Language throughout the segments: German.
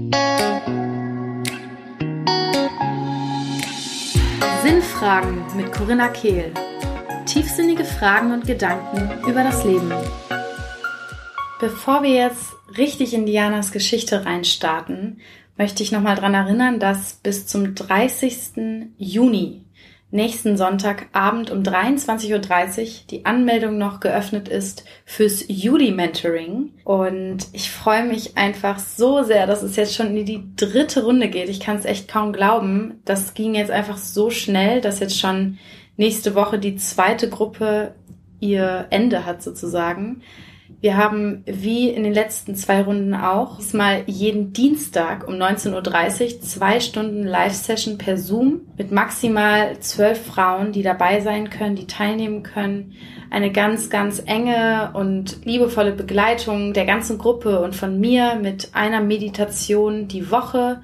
Sinnfragen mit Corinna Kehl. Tiefsinnige Fragen und Gedanken über das Leben. Bevor wir jetzt richtig in Dianas Geschichte reinstarten, möchte ich nochmal daran erinnern, dass bis zum 30. Juni, nächsten Sonntagabend um 23:30 Uhr, die Anmeldung noch geöffnet ist fürs Juli-Mentoring. Und ich freue mich einfach so sehr, dass es jetzt schon in die 3. Runde geht. Ich kann es echt kaum glauben. Das ging jetzt einfach so schnell, dass jetzt schon nächste Woche die 2. Gruppe ihr Ende hat sozusagen. Wir haben, wie in den letzten 2 Runden auch, diesmal jeden Dienstag um 19:30 Uhr 2 Stunden Live-Session per Zoom mit maximal 12 Frauen, die dabei sein können, die teilnehmen können. Eine ganz, ganz enge und liebevolle Begleitung der ganzen Gruppe und von mir mit einer Meditation die Woche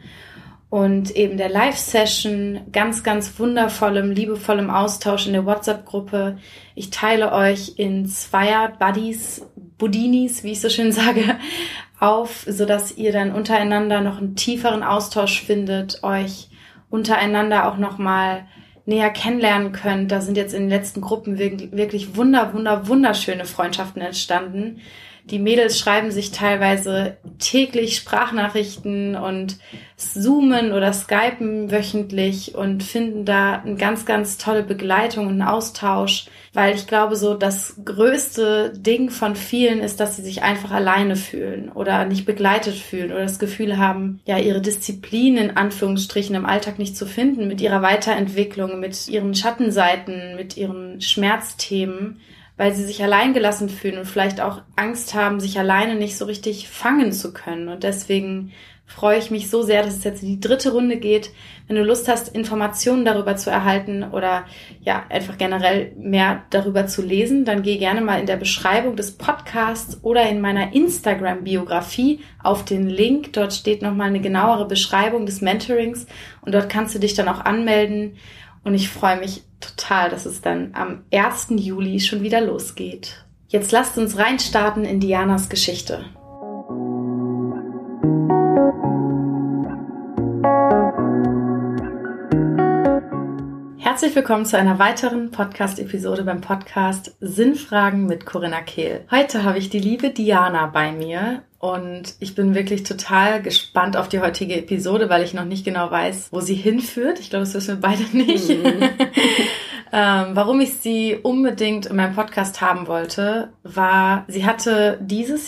und eben der Live-Session, ganz, ganz wundervollem, liebevollem Austausch in der WhatsApp-Gruppe. Ich teile euch in Zweier-Buddies, Budinis, wie ich so schön sage, auf, sodass ihr dann untereinander noch einen tieferen Austausch findet, euch untereinander auch nochmal näher kennenlernen könnt. Da sind jetzt in den letzten Gruppen wirklich wunderschöne Freundschaften entstanden. Die Mädels schreiben sich teilweise täglich Sprachnachrichten und zoomen oder skypen wöchentlich und finden da eine ganz, ganz tolle Begleitung und einen Austausch, weil ich glaube, so das größte Ding von vielen ist, dass sie sich einfach alleine fühlen oder nicht begleitet fühlen oder das Gefühl haben, ja, ihre Disziplin in Anführungsstrichen im Alltag nicht zu finden, mit ihrer Weiterentwicklung, mit ihren Schattenseiten, mit ihren Schmerzthemen, weil sie sich alleingelassen fühlen und vielleicht auch Angst haben, sich alleine nicht so richtig fangen zu können. Und deswegen freue ich mich so sehr, dass es jetzt in die 3. Runde geht. Wenn du Lust hast, Informationen darüber zu erhalten oder ja einfach generell mehr darüber zu lesen, dann geh gerne mal in der Beschreibung des Podcasts oder in meiner Instagram-Biografie auf den Link. Dort steht nochmal eine genauere Beschreibung des Mentorings und dort kannst du dich dann auch anmelden. Und ich freue mich total, dass es dann am 1. Juli schon wieder losgeht. Jetzt lasst uns reinstarten in Dianas Geschichte. Herzlich willkommen zu einer weiteren Podcast-Episode beim Podcast Sinnfragen mit Corinna Kehl. Heute habe ich die liebe Diana bei mir und ich bin wirklich total gespannt auf die heutige Episode, weil ich noch nicht genau weiß, wo sie hinführt. Ich glaube, das wissen wir beide nicht. Warum ich sie unbedingt in meinem Podcast haben wollte, war, sie hatte letztes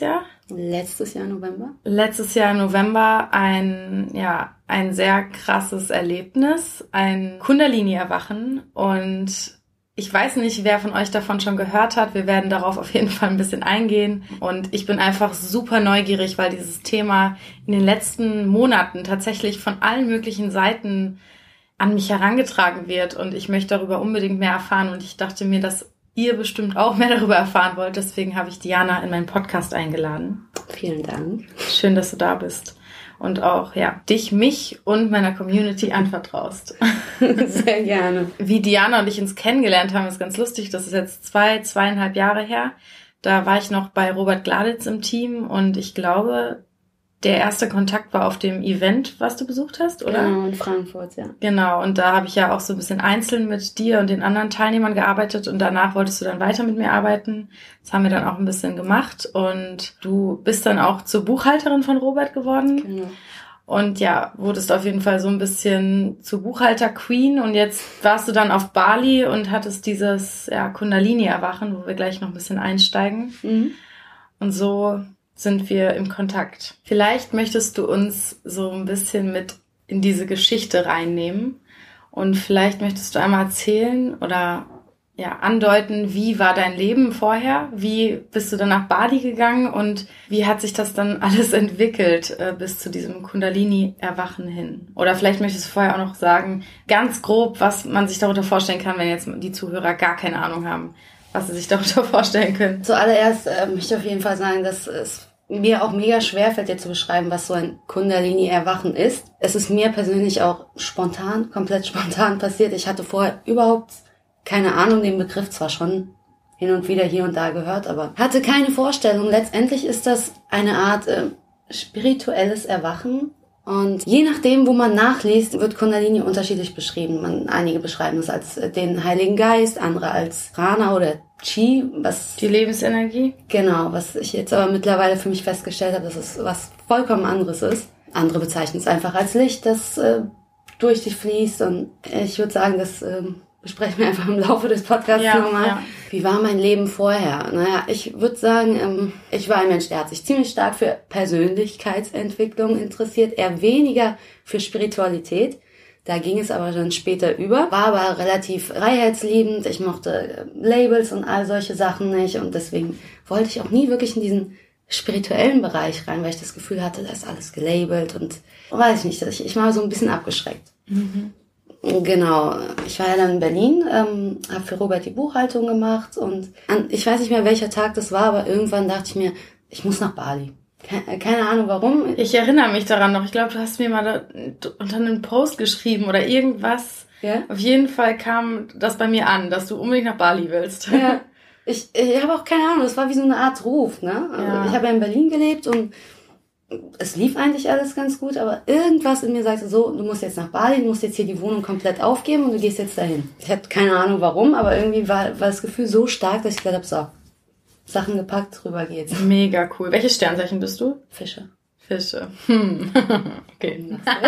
Jahr November ein sehr krasses Erlebnis, ein Kundalini-Erwachen und ich weiß nicht, wer von euch davon schon gehört hat. Wir werden darauf auf jeden Fall ein bisschen eingehen und ich bin einfach super neugierig, weil dieses Thema in den letzten Monaten tatsächlich von allen möglichen Seiten an mich herangetragen wird und ich möchte darüber unbedingt mehr erfahren und ich dachte mir, dass ihr bestimmt auch mehr darüber erfahren wollt. Deswegen habe ich Diana in meinen Podcast eingeladen. Vielen Dank. Schön, dass du da bist und auch dich, mich und meiner Community anvertraust. Sehr gerne. Wie Diana und ich uns kennengelernt haben, ist ganz lustig. Das ist jetzt 2,5 Jahre her. Da war ich noch bei Robert Gladitz im Team und ich glaube, der erste Kontakt war auf dem Event, was du besucht hast, oder? Genau, in Frankfurt, ja. Genau, und da habe ich ja auch so ein bisschen einzeln mit dir und den anderen Teilnehmern gearbeitet und danach wolltest du dann weiter mit mir arbeiten. Das haben wir dann auch ein bisschen gemacht und du bist dann auch zur Buchhalterin von Robert geworden. Genau. Und ja, wurdest auf jeden Fall so ein bisschen zur Buchhalter-Queen und jetzt warst du dann auf Bali und hattest dieses Kundalini-Erwachen, wo wir gleich noch ein bisschen einsteigen. Mhm. Und so sind wir im Kontakt. Vielleicht möchtest du uns so ein bisschen mit in diese Geschichte reinnehmen und vielleicht möchtest du einmal erzählen oder andeuten, wie war dein Leben vorher? Wie bist du dann nach Bali gegangen und wie hat sich das dann alles entwickelt bis zu diesem Kundalini-Erwachen hin? Oder vielleicht möchtest du vorher auch noch sagen, ganz grob, was man sich darunter vorstellen kann, wenn jetzt die Zuhörer gar keine Ahnung haben, was sie sich darunter vorstellen können. Zuallererst möchte ich auf jeden Fall sagen, dass es mir auch mega schwer fällt, dir zu beschreiben, was so ein Kundalini-Erwachen ist. Es ist mir persönlich auch komplett spontan passiert. Ich hatte vorher überhaupt keine Ahnung, den Begriff zwar schon hin und wieder hier und da gehört, aber hatte keine Vorstellung. Letztendlich ist das eine Art spirituelles Erwachen. Und je nachdem, wo man nachliest, wird Kundalini unterschiedlich beschrieben. Einige beschreiben es als den Heiligen Geist, andere als Prana oder Chi, was... Die Lebensenergie? Genau, was ich jetzt aber mittlerweile für mich festgestellt habe, dass es was vollkommen anderes ist. Andere bezeichnen es einfach als Licht, das durch dich fließt. Und ich würde sagen, das besprechen wir einfach im Laufe des Podcasts nochmal. Ja. Wie war mein Leben vorher? Naja, ich würde sagen, ich war ein Mensch, der hat sich ziemlich stark für Persönlichkeitsentwicklung interessiert, eher weniger für Spiritualität. Da ging es aber dann später über. War aber relativ freiheitsliebend. Ich mochte Labels und all solche Sachen nicht. Und deswegen wollte ich auch nie wirklich in diesen spirituellen Bereich rein, weil ich das Gefühl hatte, da ist alles gelabelt und weiß ich nicht, ich war so ein bisschen abgeschreckt. Mhm. Genau, ich war ja dann in Berlin, habe für Robert die Buchhaltung gemacht und ich weiß nicht mehr, welcher Tag das war, aber irgendwann dachte ich mir, ich muss nach Bali. Keine Ahnung warum. Ich erinnere mich daran noch. Ich glaube, du hast mir mal unter einem Post geschrieben oder irgendwas. Ja? Auf jeden Fall kam das bei mir an, dass du unbedingt nach Bali willst. Ja. Ich habe auch keine Ahnung, das war wie so eine Art Ruf, ne? Also ja. Ich habe ja in Berlin gelebt und es lief eigentlich alles ganz gut, aber irgendwas in mir sagte so, du musst jetzt nach Bali, du musst jetzt hier die Wohnung komplett aufgeben und du gehst jetzt dahin. Ich hatte keine Ahnung warum, aber irgendwie war das Gefühl so stark, dass ich gedacht habe, so, Sachen gepackt, rüber geht's. Mega cool. Welches Sternzeichen bist du? Fische. Fische. Okay.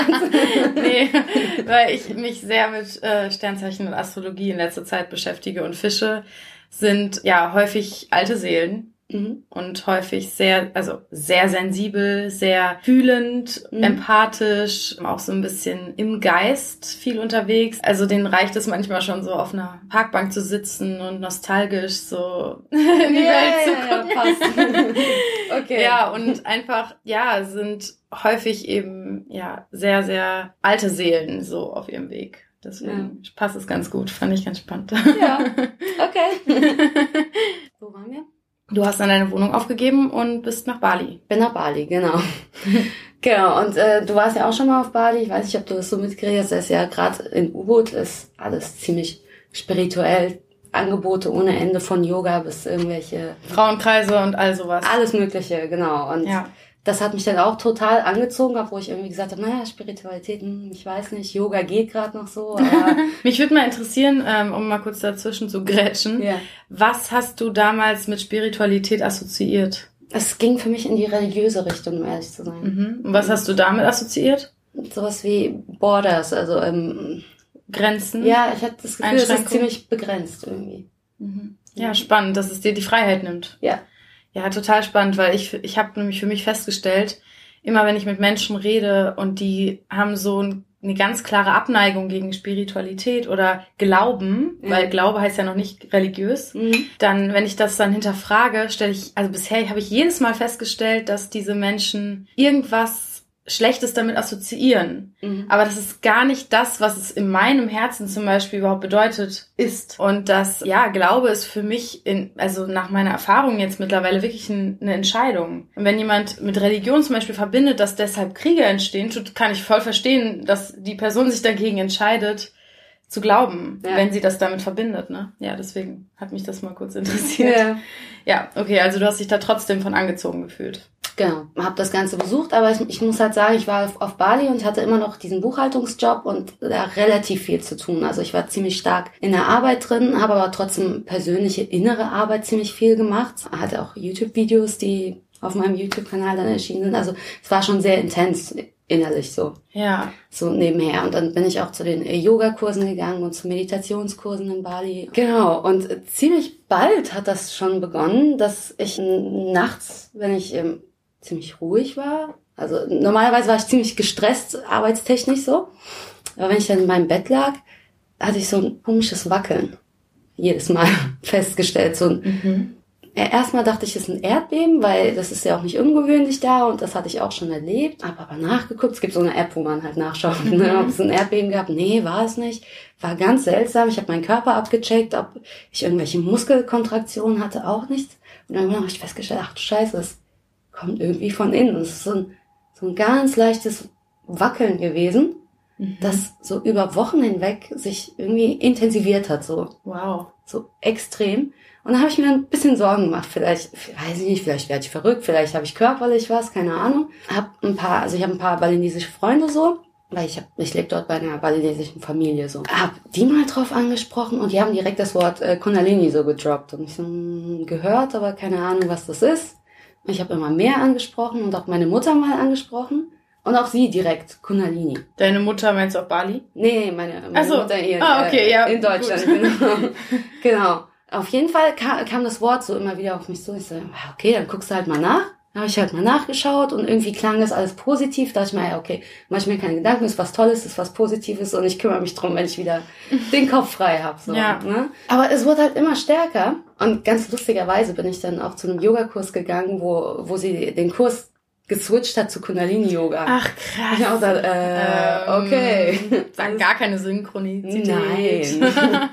Nee, weil ich mich sehr mit Sternzeichen und Astrologie in letzter Zeit beschäftige und Fische sind ja häufig alte Seelen. Mhm. Und häufig sehr sensibel, sehr fühlend, empathisch, auch so ein bisschen im Geist viel unterwegs. Also denen reicht es manchmal schon so auf einer Parkbank zu sitzen und nostalgisch so in die Welt zu gucken. Ja, passt. Okay. Ja, und einfach, sind häufig eben, sehr, sehr alte Seelen so auf ihrem Weg. Deswegen passt es ganz gut. Fand ich ganz spannend. Ja, okay. Wo waren wir? Du hast dann deine Wohnung aufgegeben und bist nach Bali. Bin nach Bali, genau. Genau, und du warst ja auch schon mal auf Bali. Ich weiß nicht, ob du das so mitgekriegt hast. Das ist ja gerade in U-Boot ist alles ziemlich spirituell. Angebote ohne Ende von Yoga bis irgendwelche... Frauenkreise und all sowas. Alles Mögliche, genau. Und das hat mich dann auch total angezogen, obwohl ich irgendwie gesagt habe, naja, Spiritualität, ich weiß nicht, Yoga geht gerade noch so. Aber mich würde mal interessieren, um mal kurz dazwischen zu grätschen, was hast du damals mit Spiritualität assoziiert? Es ging für mich in die religiöse Richtung, um ehrlich zu sein. Mhm. Und was hast du damit assoziiert? Sowas wie Borders, also Grenzen? Ja, ich hatte das Gefühl, es ist ziemlich begrenzt irgendwie. Mhm. Ja, spannend, dass es dir die Freiheit nimmt. Ja. Ja, total spannend, weil ich habe nämlich für mich festgestellt, immer wenn ich mit Menschen rede und die haben so eine ganz klare Abneigung gegen Spiritualität oder Glauben, weil Glaube heißt ja noch nicht religiös, dann, wenn ich das dann hinterfrage, bisher habe ich jedes Mal festgestellt, dass diese Menschen irgendwas Schlechtes damit assoziieren. Aber das ist gar nicht das, was es in meinem Herzen zum Beispiel überhaupt bedeutet, ist. Und das, Glaube ist für mich, nach meiner Erfahrung jetzt mittlerweile wirklich eine Entscheidung. Und wenn jemand mit Religion zum Beispiel verbindet, dass deshalb Kriege entstehen, kann ich voll verstehen, dass die Person sich dagegen entscheidet, zu glauben, wenn sie das damit verbindet, ne? Ja, deswegen hat mich das mal kurz interessiert. Ja, okay, also du hast dich da trotzdem von angezogen gefühlt. Genau, habe das Ganze besucht, aber ich muss halt sagen, ich war auf Bali und hatte immer noch diesen Buchhaltungsjob und da relativ viel zu tun. Also ich war ziemlich stark in der Arbeit drin, habe aber trotzdem persönliche innere Arbeit ziemlich viel gemacht. Hatte auch YouTube-Videos, die auf meinem YouTube-Kanal dann erschienen sind. Also es war schon sehr intens innerlich so. Ja. So nebenher. Und dann bin ich auch zu den Yoga-Kursen gegangen und zu Meditationskursen in Bali. Genau. Und ziemlich bald hat das schon begonnen, dass ich nachts, wenn ich ziemlich ruhig war, also normalerweise war ich ziemlich gestresst, arbeitstechnisch so. Aber wenn ich dann in meinem Bett lag, hatte ich so ein komisches Wackeln. Jedes Mal festgestellt. So ein erstmal dachte ich, es ist ein Erdbeben, weil das ist ja auch nicht ungewöhnlich da und das hatte ich auch schon erlebt. Habe aber nachgeguckt, es gibt so eine App, wo man halt nachschaut, ob es ein Erdbeben gab. Nee, war es nicht. War ganz seltsam. Ich habe meinen Körper abgecheckt, ob ich irgendwelche Muskelkontraktionen hatte, auch nichts. Und dann habe ich festgestellt, ach du Scheiße, es kommt irgendwie von innen. Und es ist so ein ganz leichtes Wackeln gewesen, das so über Wochen hinweg sich irgendwie intensiviert hat. So. Wow. So extrem. Und da habe ich mir ein bisschen Sorgen gemacht. Vielleicht, weiß ich nicht, vielleicht werde ich verrückt, vielleicht habe ich körperlich was, keine Ahnung. Ich habe ein paar balinesische Freunde so, weil ich lebe dort bei einer balinesischen Familie so. Hab die mal drauf angesprochen und die haben direkt das Wort Kundalini so gedroppt. Und ich so gehört, aber keine Ahnung, was das ist. Und ich habe immer mehr angesprochen und auch meine Mutter mal angesprochen. Und auch sie direkt, Kundalini. Deine Mutter meinst du auf Bali? Nee, meine so. Mutter hier Okay, ja, in Deutschland. Genau. Genau. Auf jeden Fall kam das Wort so immer wieder auf mich zu. Ich so, okay, dann guckst du halt mal nach. Dann habe ich halt mal nachgeschaut und irgendwie klang das alles positiv. Da dachte ich mir, ja, okay, mach ich mir keine Gedanken, ist was Tolles, ist was Positives und ich kümmere mich drum, wenn ich wieder den Kopf frei habe. So, ja. Ne? Aber es wurde halt immer stärker. Und ganz lustigerweise bin ich dann auch zu einem Yogakurs gegangen, wo sie den Kurs geswitcht hat zu Kundalini-Yoga. Ach, krass. Ich auch da, okay. Dann gar keine Synchronizität. Nein.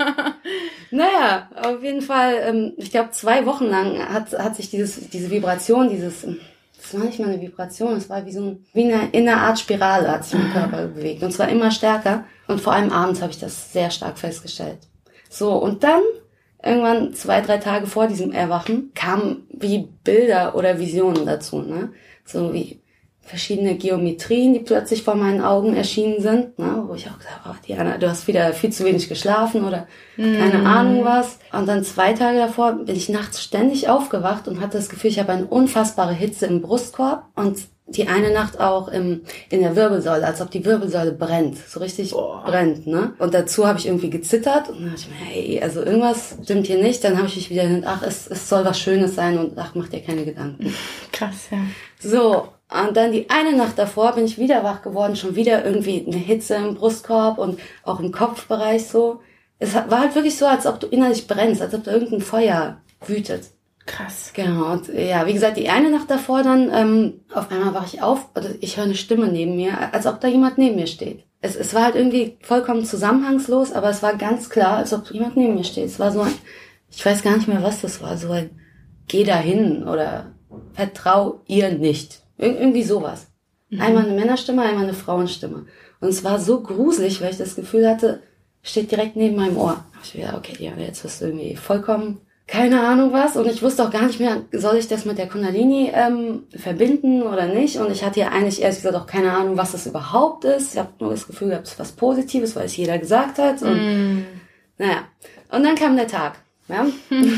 Naja, auf jeden Fall, ich glaube 2 Wochen lang hat sich diese Vibration, das war nicht mal eine Vibration, es war wie eine Art Spirale hat sich mein Körper bewegt. Und zwar immer stärker. Und vor allem abends habe ich das sehr stark festgestellt. So, und dann irgendwann 2-3 Tage vor diesem Erwachen kamen wie Bilder oder Visionen dazu, ne? So wie verschiedene Geometrien, die plötzlich vor meinen Augen erschienen sind, ne? Wo ich auch gesagt habe, Diana, du hast wieder viel zu wenig geschlafen oder keine Ahnung was. Und dann 2 Tage davor bin ich nachts ständig aufgewacht und hatte das Gefühl, ich habe eine unfassbare Hitze im Brustkorb und die eine Nacht auch in der Wirbelsäule, als ob die Wirbelsäule brennt, so richtig brennt, ne? Und dazu habe ich irgendwie gezittert und dann dachte ich mir, hey, also irgendwas stimmt hier nicht. Dann habe ich mich wieder gedacht, ach, es soll was Schönes sein und ach, mach dir keine Gedanken. Krass, ja. So, und dann die eine Nacht davor bin ich wieder wach geworden, schon wieder irgendwie eine Hitze im Brustkorb und auch im Kopfbereich so. Es war halt wirklich so, als ob du innerlich brennst, als ob da irgendein Feuer wütet. Krass. Genau, und ja, wie gesagt, die eine Nacht davor dann, auf einmal wach ich auf, oder ich höre eine Stimme neben mir, als ob da jemand neben mir steht. Es war halt irgendwie vollkommen zusammenhangslos, aber es war ganz klar, als ob jemand neben mir steht. Es war so ein, ich weiß gar nicht mehr, was das war, so ein geh dahin oder vertrau ihr nicht. Irgendwie sowas. Einmal eine Männerstimme, einmal eine Frauenstimme. Und es war so gruselig, weil ich das Gefühl hatte, steht direkt neben meinem Ohr. Da hab ich gedacht, okay, ja, jetzt wirst du irgendwie vollkommen keine Ahnung was. Und ich wusste auch gar nicht mehr, soll ich das mit der Kundalini verbinden oder nicht. Und ich hatte ja eigentlich ehrlich gesagt auch keine Ahnung, was das überhaupt ist. Ich habe nur das Gefühl gehabt, es ist was Positives, weil es jeder gesagt hat. Und naja, und dann kam der Tag. Ja?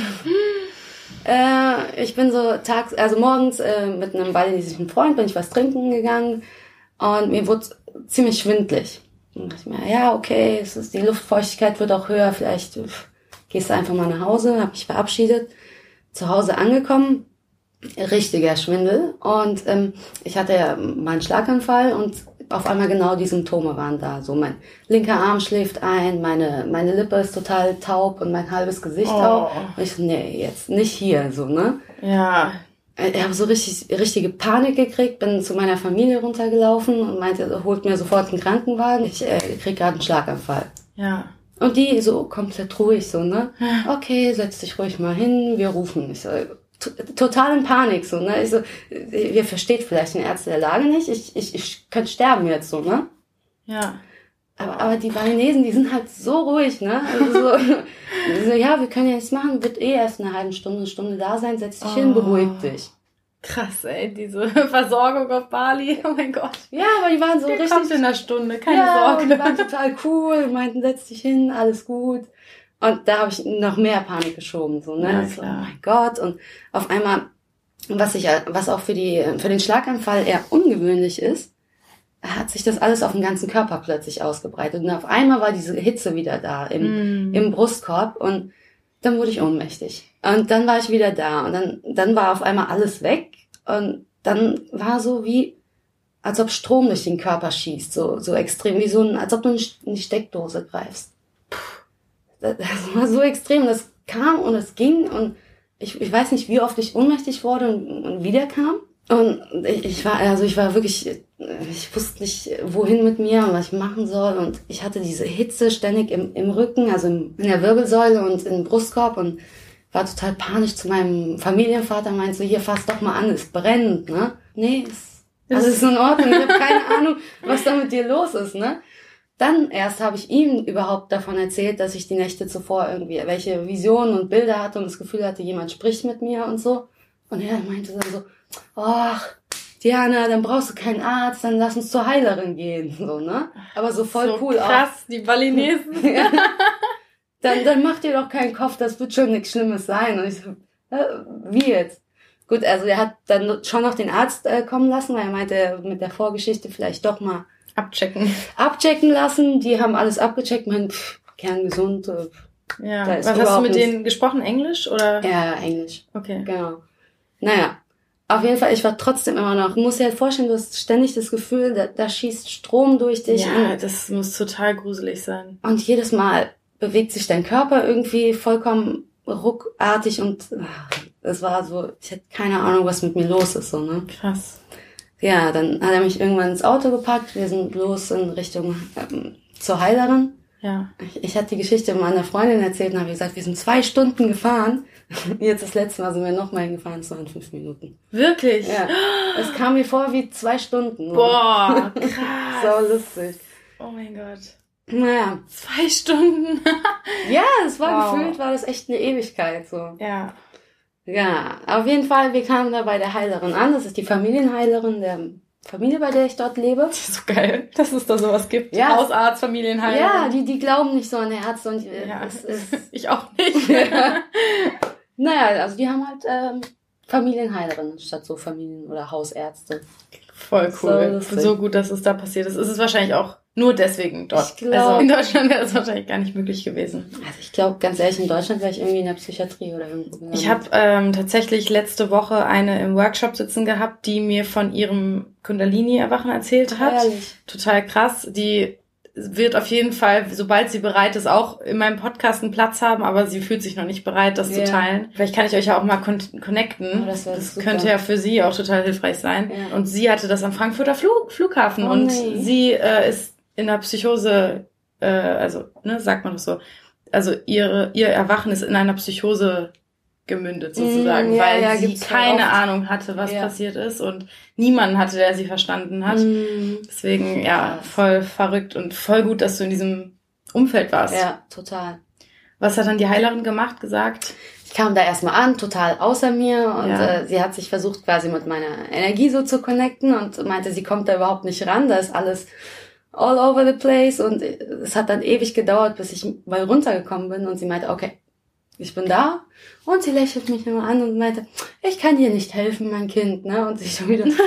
Ich bin so morgens mit einem balinesischen Freund bin ich was trinken gegangen und mir wurde ziemlich schwindelig. Und dachte ich mir, ja, okay, die Luftfeuchtigkeit wird auch höher, vielleicht gehst du einfach mal nach Hause, habe mich verabschiedet, zu Hause angekommen, richtiger Schwindel und ich hatte ja mal einen Schlaganfall und auf einmal genau die Symptome waren da. So mein linker Arm schläft ein, meine Lippe ist total taub und mein halbes Gesicht auch. Und ich so, nee, jetzt nicht hier, so, ne? Ja. Ich habe so richtige Panik gekriegt, bin zu meiner Familie runtergelaufen und meinte, holt mir sofort einen Krankenwagen, ich krieg gerade einen Schlaganfall. Ja. Und die so komplett ruhig, so, ne? Okay, setz dich ruhig mal hin, wir rufen. Ich so, total in Panik, so, ne? Ich so, ihr versteht vielleicht den Ärzte der Lage nicht, ich könnte sterben jetzt, so, ne? Ja. Aber die Balinesen, die sind halt so ruhig, ne? Also so, ja, wir können ja nichts machen, wird erst eine halbe Stunde da sein, setz dich hin, beruhig dich. Krass, ey, diese Versorgung auf Bali, oh mein Gott. Ja, aber die waren so richtig... kommt in einer Stunde, keine Sorge. Und die waren total cool, meinten, setz dich hin, alles gut. Und da habe ich noch mehr Panik geschoben, so, ne? Ja, so, oh klar. mein Gott. Und auf einmal, was auch für den Schlaganfall eher ungewöhnlich ist, hat sich das alles auf den ganzen Körper plötzlich ausgebreitet. Und auf einmal war diese Hitze wieder da im Brustkorb und dann wurde ich ohnmächtig. Und dann war ich wieder da und dann war auf einmal alles weg und dann war so wie, als ob Strom durch den Körper schießt, so extrem, wie als ob du in die Steckdose greifst. Das war so extrem, das kam und es ging und ich weiß nicht, wie oft ich ohnmächtig wurde und wieder kam. Und ich war wirklich, ich wusste nicht, wohin mit mir und was ich machen soll. Und ich hatte diese Hitze ständig im Rücken, also in der Wirbelsäule und im Brustkorb und war total panisch zu meinem Familienvater, meinte so, hier, fass doch mal an, es brennt, ne? Nee, alles ist in Ordnung, ich habe keine Ahnung, was da mit dir los ist, ne? Dann erst habe ich ihm überhaupt davon erzählt, dass ich die Nächte zuvor irgendwie welche Visionen und Bilder hatte und das Gefühl hatte, jemand spricht mit mir und so. Und er meinte dann so, ach, Diana, dann brauchst du keinen Arzt, dann lass uns zur Heilerin gehen, so, ne? Aber so voll so cool. Krass, auch. Die Balinesen. Ja. Dann mach dir doch keinen Kopf, das wird schon nichts Schlimmes sein. Und ich so, wie jetzt? Gut, also er hat dann schon noch den Arzt kommen lassen, weil er meinte, mit der Vorgeschichte vielleicht doch mal abchecken lassen. Die haben alles abgecheckt, kerngesund. Ja, was hast du mit denen gesprochen? Englisch oder? Ja, Englisch. Okay. Genau. Naja, auf jeden Fall, ich war trotzdem immer noch, du musst dir halt vorstellen, du hast ständig das Gefühl, da schießt Strom durch dich. Ja, das muss total gruselig sein. Und jedes Mal bewegt sich dein Körper irgendwie vollkommen ruckartig und es war so, ich hatte keine Ahnung, was mit mir los ist, so, ne? Krass. Ja, dann hat er mich irgendwann ins Auto gepackt, wir sind los in Richtung zur Heilerin. Ja. Ich hatte die Geschichte meiner Freundin erzählt und habe gesagt, wir sind 2 Stunden gefahren. Jetzt das letzte Mal sind wir nochmal hingefahren, es waren 5 Minuten. Wirklich? Ja. Es kam mir vor wie 2 Stunden. Boah, krass. So lustig. Oh mein Gott. Naja. 2 Stunden. Ja, es war gefühlt, war das echt eine Ewigkeit, so. Ja. Ja, auf jeden Fall, wir kamen da bei der Heilerin an. Das ist die Familienheilerin der Familie, bei der ich dort lebe. Das ist so geil, dass es da sowas gibt. Ja. Hausarzt, Familienheilerin. Ja, die glauben nicht so an Ärzte und ich auch nicht. Naja, also die haben halt Familienheilerinnen statt so Familien- oder Hausärzte. Voll cool. So gut, dass es da passiert ist. Es ist wahrscheinlich auch nur deswegen dort. Also in Deutschland wäre es wahrscheinlich gar nicht möglich gewesen. Also ich glaube, ganz ehrlich, in Deutschland wäre ich irgendwie in der Psychiatrie oder irgendwo. Ich habe tatsächlich letzte Woche eine im Workshop sitzen gehabt, die mir von ihrem Kundalini-Erwachen erzählt hat. Ehrlich? Total krass. Die wird auf jeden Fall, sobald sie bereit ist, auch in meinem Podcast einen Platz haben, aber sie fühlt sich noch nicht bereit, das zu teilen. Vielleicht kann ich euch ja auch mal connecten. Oh, das könnte ja für sie auch total hilfreich sein. Ja. Und sie hatte das am Frankfurter Flughafen und sie ist in der Psychose, sagt man das so, also ihr Erwachen ist in einer Psychose gemündet sozusagen, weil sie keine Ahnung hatte, was passiert ist und niemanden hatte, der sie verstanden hat. Deswegen, voll verrückt und voll gut, dass du in diesem Umfeld warst. Ja, total. Was hat dann die Heilerin gesagt? Ich kam da erstmal an, total außer mir und sie hat sich versucht quasi mit meiner Energie so zu connecten und meinte, sie kommt da überhaupt nicht ran, da ist alles all over the place und es hat dann ewig gedauert, bis ich mal runtergekommen bin und sie meinte, okay, ich bin da und sie lächelt mich immer an und meinte, ich kann dir nicht helfen, mein Kind, ne? Und ich schon wieder, bitte.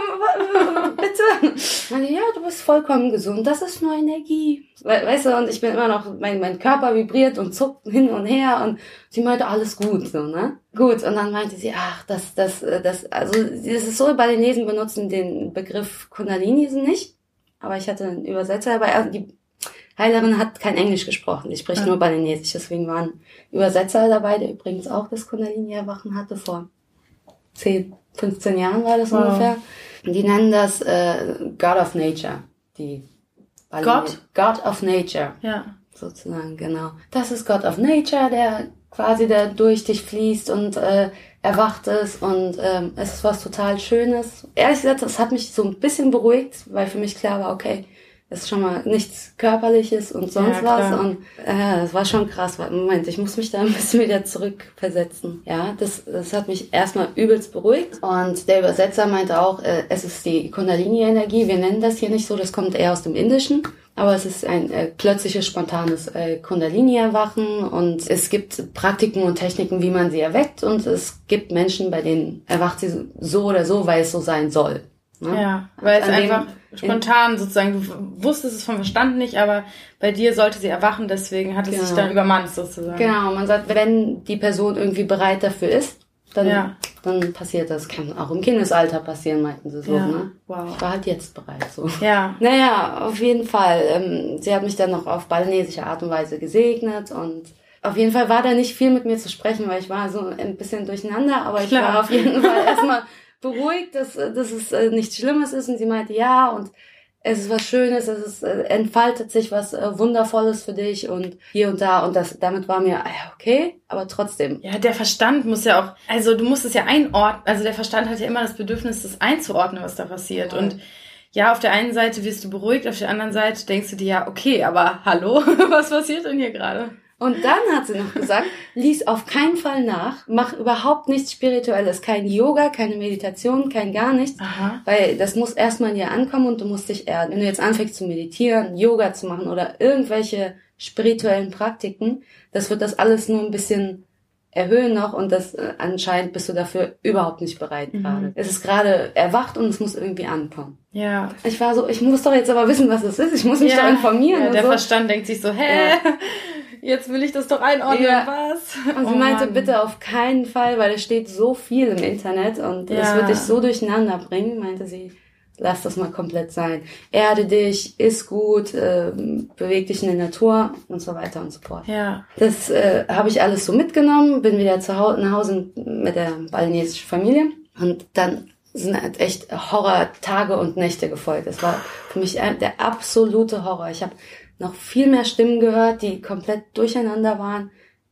Ich meine, ja, du bist vollkommen gesund, das ist nur Energie. Weißt du, und ich bin immer noch, mein Körper vibriert und zuckt hin und her und sie meinte, alles gut, so, ne? Gut, und dann meinte sie, ach, das ist so, Balinesen benutzen den Begriff Kundalini nicht, aber ich hatte einen Übersetzer dabei, also die Heilerin hat kein Englisch gesprochen, die spricht nur Balinesisch, deswegen waren Übersetzer dabei, der übrigens auch das Kundalini-Erwachen hatte, vor 10, 15 Jahren war das ungefähr. Die nennen das God of Nature. God of Nature. Ja. Sozusagen, genau. Das ist God of Nature, der quasi da durch dich fließt und erwacht ist und es ist was total Schönes. Ehrlich gesagt, das hat mich so ein bisschen beruhigt, weil für mich klar war, okay, es ist schon mal nichts Körperliches und sonst was. Und das war schon krass. Moment, ich muss mich da ein bisschen wieder zurückversetzen. Ja, das hat mich erstmal übelst beruhigt. Und der Übersetzer meinte auch, es ist die Kundalini-Energie. Wir nennen das hier nicht so, das kommt eher aus dem Indischen. Aber es ist ein plötzliches, spontanes Kundalini-Erwachen. Und es gibt Praktiken und Techniken, wie man sie erweckt. Und es gibt Menschen, bei denen erwacht sie so oder so, weil es so sein soll. Ne? Ja, weil es einfach spontan sozusagen, du wusstest es vom Verstand nicht, aber bei dir sollte sie erwachen, deswegen hat es sich dann übermannt sozusagen. Genau, man sagt, wenn die Person irgendwie bereit dafür ist, dann passiert das. Kann auch im Kindesalter passieren, meinten sie so. Ne? Wow. Ich war halt jetzt bereit. So. Ja. Naja, auf jeden Fall. Sie hat mich dann noch auf balinesische Art und Weise gesegnet und auf jeden Fall war da nicht viel mit mir zu sprechen, weil ich war so ein bisschen durcheinander, aber ich war auf jeden Fall erstmal beruhigt, dass es nichts Schlimmes ist und sie meinte, ja, und es ist was Schönes, es entfaltet sich was Wundervolles für dich und hier und da und damit war mir, okay, aber trotzdem. Ja, der Verstand muss ja auch, also du musst es ja einordnen, also der Verstand hat ja immer das Bedürfnis, das einzuordnen, was da passiert und ja, auf der einen Seite wirst du beruhigt, auf der anderen Seite denkst du dir ja, okay, aber hallo, was passiert denn hier gerade? Und dann hat sie noch gesagt, lies auf keinen Fall nach, mach überhaupt nichts Spirituelles, kein Yoga, keine Meditation, kein gar nichts, weil das muss erstmal in dir ankommen und du musst dich erden. Wenn du jetzt anfängst zu meditieren, Yoga zu machen oder irgendwelche spirituellen Praktiken, das wird das alles nur ein bisschen erhöhen noch und das anscheinend bist du dafür überhaupt nicht bereit gerade. Es ist gerade erwacht und es muss irgendwie ankommen. Ja. Ich war so, ich muss doch jetzt aber wissen, was es ist, ich muss mich doch informieren. Ja, und der so. Verstand denkt sich so, jetzt will ich das doch einordnen, was? Und sie meinte, bitte auf keinen Fall, weil es steht so viel im Internet und es wird dich so durcheinander bringen, meinte sie, lass das mal komplett sein. Erde dich, iss gut, beweg dich in der Natur und so weiter und so fort. Ja. Das habe ich alles so mitgenommen, bin wieder nach Hause mit der balinesischen Familie und dann sind halt echt Horror-Tage und Nächte gefolgt. Das war für mich der absolute Horror. Ich habe noch viel mehr Stimmen gehört, die komplett durcheinander waren.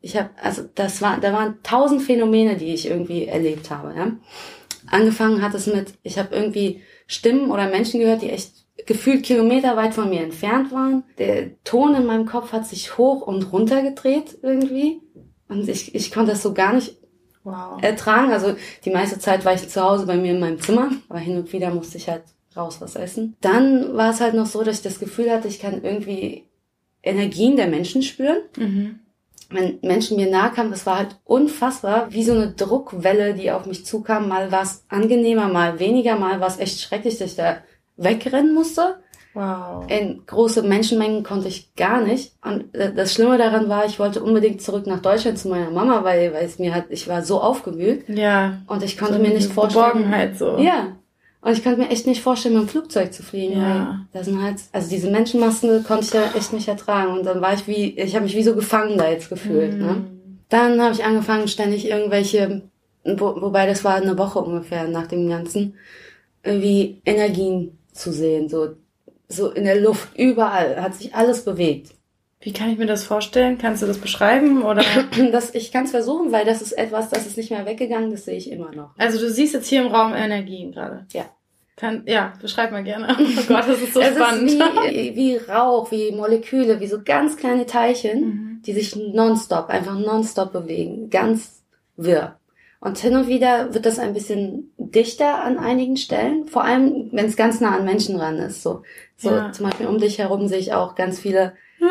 Da waren 1000 Phänomene, die ich irgendwie erlebt habe. Ja? Angefangen hat es mit, ich habe irgendwie Stimmen oder Menschen gehört, die echt gefühlt kilometerweit von mir entfernt waren. Der Ton in meinem Kopf hat sich hoch und runter gedreht irgendwie. Und ich konnte das so gar nicht ertragen. Also die meiste Zeit war ich zu Hause bei mir in meinem Zimmer, aber hin und wieder musste ich halt raus was essen. Dann war es halt noch so, dass ich das Gefühl hatte, ich kann irgendwie Energien der Menschen spüren. Wenn Menschen mir nahe kamen, das war halt unfassbar, wie so eine Druckwelle, die auf mich zukam. Mal war es angenehmer, mal weniger, mal war es echt schrecklich, dass ich da wegrennen musste. Wow. In große Menschenmengen konnte ich gar nicht. Und das Schlimme daran war, ich wollte unbedingt zurück nach Deutschland zu meiner Mama, weil ich war so aufgewühlt. Ja. Und ich konnte mir nicht vorstellen. Geborgenheit so. Ja. Und ich konnte mir echt nicht vorstellen, mit dem Flugzeug zu fliegen. Ja. Weil da sind halt, also diese Menschenmassen konnte ich ja echt nicht ertragen. Und dann war ich habe mich wie so gefangen da jetzt gefühlt. Ne? Dann habe ich angefangen, ständig irgendwelche, wobei das war eine Woche ungefähr nach dem Ganzen, irgendwie Energien zu sehen. So in der Luft, überall hat sich alles bewegt. Wie kann ich mir das vorstellen? Kannst du das beschreiben? Oder? Ich kann es versuchen, weil das ist etwas, das ist nicht mehr weggegangen, das sehe ich immer noch. Also du siehst jetzt hier im Raum Energien gerade. Ja. Beschreib mal gerne. Oh Gott, das ist so spannend. Es ist wie Rauch, wie Moleküle, wie so ganz kleine Teilchen, die sich einfach nonstop bewegen. Ganz wirr. Und hin und wieder wird das ein bisschen dichter an einigen Stellen. Vor allem, wenn es ganz nah an Menschen ran ist. So zum Beispiel um dich herum sehe ich auch ganz viele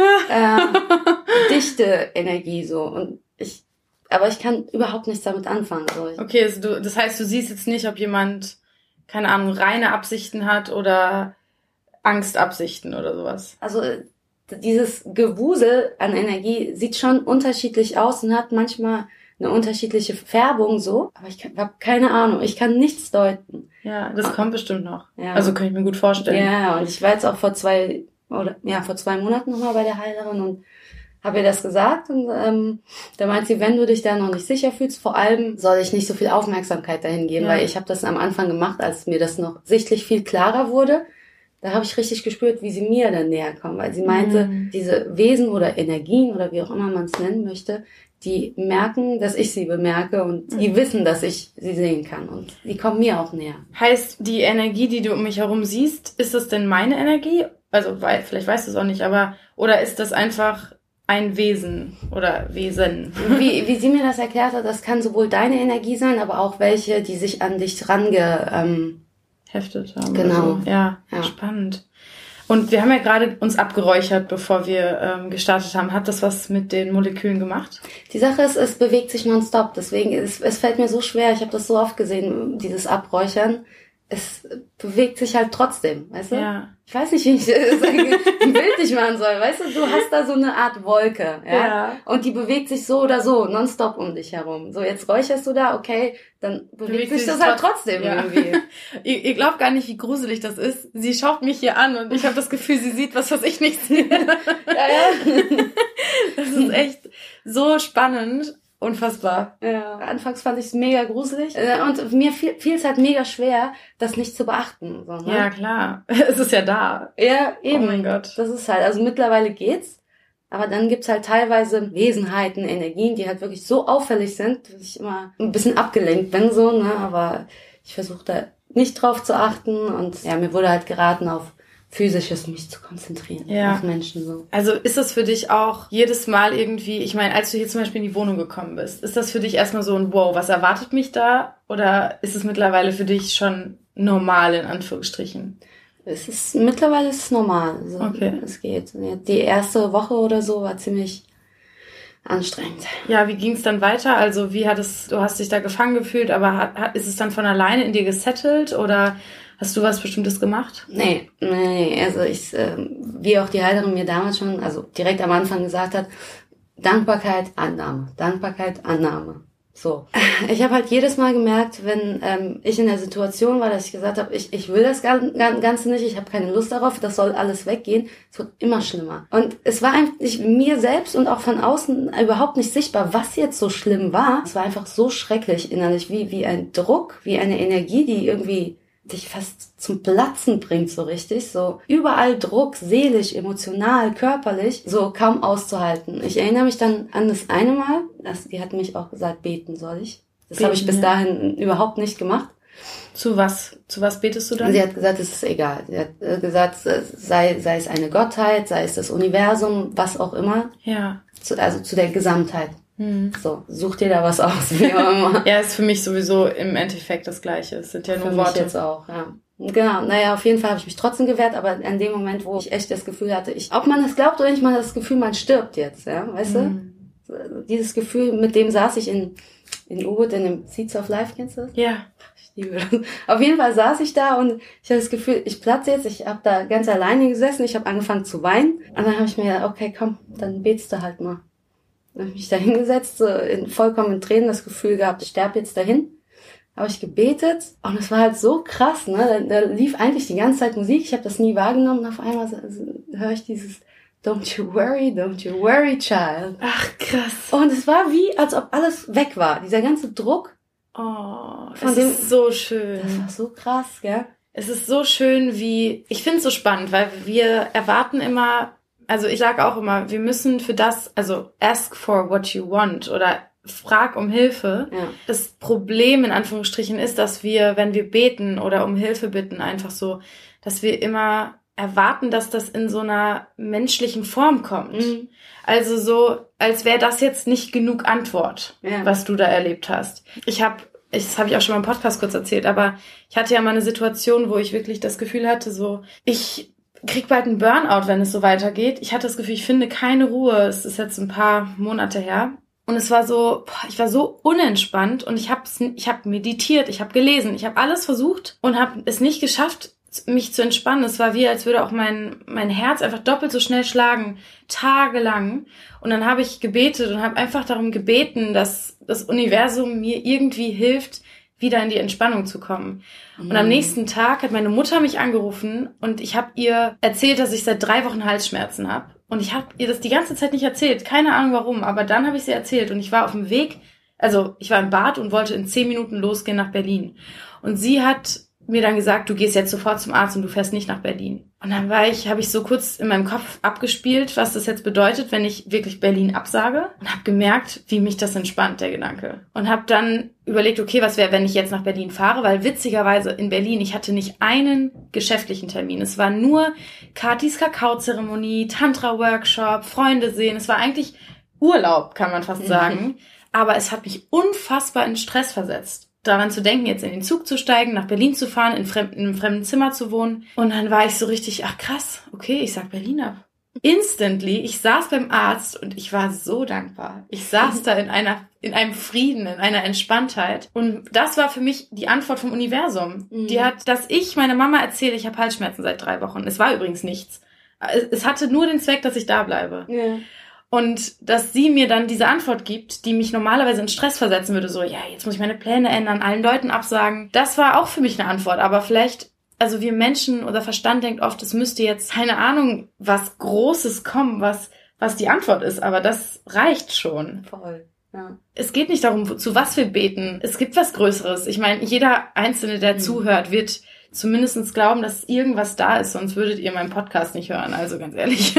dichte Energie so. Aber ich kann überhaupt nichts damit anfangen. So. Okay, also das heißt, du siehst jetzt nicht, ob jemand, keine Ahnung, reine Absichten hat oder Angstabsichten oder sowas. Also dieses Gewusel an Energie sieht schon unterschiedlich aus und hat manchmal eine unterschiedliche Färbung so. Aber ich habe keine Ahnung, ich kann nichts deuten. Ja, das kommt bestimmt noch. Ja. Also kann ich mir gut vorstellen. Ja, und ich war jetzt auch vor 2 Monaten nochmal bei der Heilerin und habe ihr das gesagt und da meint sie, wenn du dich da noch nicht sicher fühlst, vor allem soll ich nicht so viel Aufmerksamkeit dahin geben, weil ich habe das am Anfang gemacht, als mir das noch sichtlich viel klarer wurde. Da habe ich richtig gespürt, wie sie mir dann näher kommen, weil sie meinte, diese Wesen oder Energien oder wie auch immer man es nennen möchte, die merken, dass ich sie bemerke und die wissen, dass ich sie sehen kann und die kommen mir auch näher. Heißt, die Energie, die du um mich herum siehst, ist das denn meine Energie? Also vielleicht weißt du es auch nicht, aber oder ist das einfach ein Wesen oder Wesen? Wie sie mir das erklärt hat, das kann sowohl deine Energie sein, aber auch welche, die sich an dich heftet haben. Genau. So. Ja, spannend. Und wir haben ja gerade uns abgeräuchert, bevor wir gestartet haben. Hat das was mit den Molekülen gemacht? Die Sache ist, es bewegt sich nonstop. Deswegen, es fällt mir so schwer. Ich habe das so oft gesehen, dieses Abräuchern. Es bewegt sich halt trotzdem, weißt du? Ja. Ich weiß nicht, wie ich ein Bild nicht machen soll, weißt du? Du hast da so eine Art Wolke, ja? Und die bewegt sich so oder so nonstop um dich herum. So, jetzt räucherst du da, okay, dann bewegt sich das halt trotzdem irgendwie. Ihr glaubt gar nicht, wie gruselig das ist. Sie schaut mich hier an und ich habe das Gefühl, sie sieht was ich nicht sehe. Ja. Das ist echt so spannend. Unfassbar. Ja. Anfangs fand ich es mega gruselig und mir fiel es halt mega schwer, das nicht zu beachten. So, ne? Ja, klar. Es ist ja da. Ja, eben. Oh mein Gott. Das ist halt, also mittlerweile geht's, aber dann gibt's halt teilweise Wesenheiten, Energien, die halt wirklich so auffällig sind, dass ich immer ein bisschen abgelenkt bin, so, ne, aber ich versuche da nicht drauf zu achten. Und ja, mir wurde halt geraten, auf Physisches mich zu konzentrieren, auf Menschen so. Also ist das für dich auch jedes Mal irgendwie, ich meine, als du hier zum Beispiel in die Wohnung gekommen bist, ist das für dich erstmal so ein Wow, was erwartet mich da? Oder ist es mittlerweile für dich schon normal, in Anführungsstrichen? Mittlerweile ist es normal. Also, okay. Es geht. Die erste Woche oder so war ziemlich anstrengend. Ja, wie ging es dann weiter? Also du hast dich da gefangen gefühlt, aber ist es dann von alleine in dir gesettelt oder hast du was Bestimmtes gemacht? Nee. Also wie auch die Heilerin mir damals schon, also direkt am Anfang gesagt hat, Dankbarkeit, Annahme. Dankbarkeit, Annahme. So. Ich habe halt jedes Mal gemerkt, wenn ich in der Situation war, dass ich gesagt habe, ich will das Ganze nicht, ich habe keine Lust darauf, das soll alles weggehen, es wird immer schlimmer. Und es war eigentlich mir selbst und auch von außen überhaupt nicht sichtbar, was jetzt so schlimm war. Es war einfach so schrecklich innerlich, wie ein Druck, wie eine Energie, die irgendwie dich fast zum Platzen bringt, so richtig, so überall Druck, seelisch, emotional, körperlich, so kaum auszuhalten. Ich erinnere mich dann an das eine Mal, die hat mich auch gesagt, beten soll ich. Das habe ich bis dahin überhaupt nicht gemacht. Zu was betest du dann? Sie hat gesagt, es ist egal. Sie hat gesagt, sei es eine Gottheit, sei es das Universum, was auch immer. Ja. Also zu der Gesamtheit. So, such dir da was aus, wie auch immer. Ja, ist für mich sowieso im Endeffekt das Gleiche. Es sind ja nur Worte. Für mich jetzt auch, ja. Genau, auf jeden Fall habe ich mich trotzdem gewehrt, aber an dem Moment, wo ich echt das Gefühl hatte, ob man das glaubt oder nicht, man hat das Gefühl, man stirbt jetzt, ja, weißt du? Dieses Gefühl, mit dem saß ich in U-Boot, in dem Seeds of Life, kennst du das? Ja. Ich liebe das. Auf jeden Fall saß ich da und ich hatte das Gefühl, ich platze jetzt, ich habe da ganz alleine gesessen, ich habe angefangen zu weinen und dann habe ich mir gedacht, okay, komm, dann betest du halt mal. Dann habe ich mich da hingesetzt, so vollkommen in Tränen, das Gefühl gehabt, ich sterbe jetzt dahin. Habe ich gebetet und es war halt so krass, ne? Da lief eigentlich die ganze Zeit Musik, ich habe das nie wahrgenommen und auf einmal höre ich dieses Don't you worry, child. Ach, krass. Und es war wie, als ob alles weg war, dieser ganze Druck. Oh, das ist so schön. Das war so krass, gell? Es ist so schön ich finde es so spannend, weil wir erwarten immer, also ich sage auch immer, wir müssen für das, also ask for what you want oder frag um Hilfe. Ja. Das Problem in Anführungsstrichen ist, dass wir, wenn wir beten oder um Hilfe bitten, einfach so, dass wir immer erwarten, dass das in so einer menschlichen Form kommt. Also so, als wäre das jetzt nicht genug Antwort, was du da erlebt hast. Das habe ich auch schon mal im Podcast kurz erzählt, aber ich hatte ja mal eine Situation, wo ich wirklich das Gefühl hatte, so, ich krieg bald einen Burnout, wenn es so weitergeht. Ich hatte das Gefühl, ich finde keine Ruhe. Es ist jetzt ein paar Monate her. Und es war so, ich war so unentspannt und ich habe meditiert, ich habe gelesen, ich habe alles versucht und habe es nicht geschafft, mich zu entspannen. Es war wie, als würde auch mein Herz einfach doppelt so schnell schlagen, tagelang. Und dann habe ich gebetet und habe einfach darum gebeten, dass das Universum mir irgendwie hilft, wieder in die Entspannung zu kommen. Und am nächsten Tag hat meine Mutter mich angerufen und ich habe ihr erzählt, dass ich seit 3 Wochen Halsschmerzen habe. Und ich habe ihr das die ganze Zeit nicht erzählt. Keine Ahnung warum, aber dann habe ich sie erzählt. Und ich war auf dem Weg, also ich war im Bad und wollte in 10 Minuten losgehen nach Berlin. Und sie hat mir dann gesagt, du gehst jetzt sofort zum Arzt und du fährst nicht nach Berlin. Und dann habe ich so kurz in meinem Kopf abgespielt, was das jetzt bedeutet, wenn ich wirklich Berlin absage. Und habe gemerkt, wie mich das entspannt, der Gedanke. Und habe dann überlegt, okay, was wäre, wenn ich jetzt nach Berlin fahre? Weil witzigerweise in Berlin, ich hatte nicht einen geschäftlichen Termin. Es war nur Katis Kakaozeremonie, Tantra-Workshop, Freunde sehen. Es war eigentlich Urlaub, kann man fast sagen. Aber es hat mich unfassbar in Stress versetzt, daran zu denken, jetzt in den Zug zu steigen, nach Berlin zu fahren, in einem fremden Zimmer zu wohnen. Und dann war ich so richtig, ach krass, okay, ich sag Berlin ab. Instantly, ich saß beim Arzt und ich war so dankbar. Ich saß da in einem Frieden, in einer Entspanntheit. Und das war für mich die Antwort vom Universum. Die hat, dass ich meiner Mama erzähle, ich habe Halsschmerzen seit 3 Wochen. Es war übrigens nichts. Es hatte nur den Zweck, dass ich da bleibe. Ja. Und dass sie mir dann diese Antwort gibt, die mich normalerweise in Stress versetzen würde, so, ja, jetzt muss ich meine Pläne ändern, allen Leuten absagen. Das war auch für mich eine Antwort, aber vielleicht, also wir Menschen, unser Verstand denkt oft, es müsste jetzt, keine Ahnung, was Großes kommen, was die Antwort ist, aber das reicht schon. Voll. Ja. Es geht nicht darum, zu was wir beten. Es gibt was Größeres. Ich meine, jeder Einzelne, der zuhört, wird zumindest glauben, dass irgendwas da ist, sonst würdet ihr meinen Podcast nicht hören, also ganz ehrlich.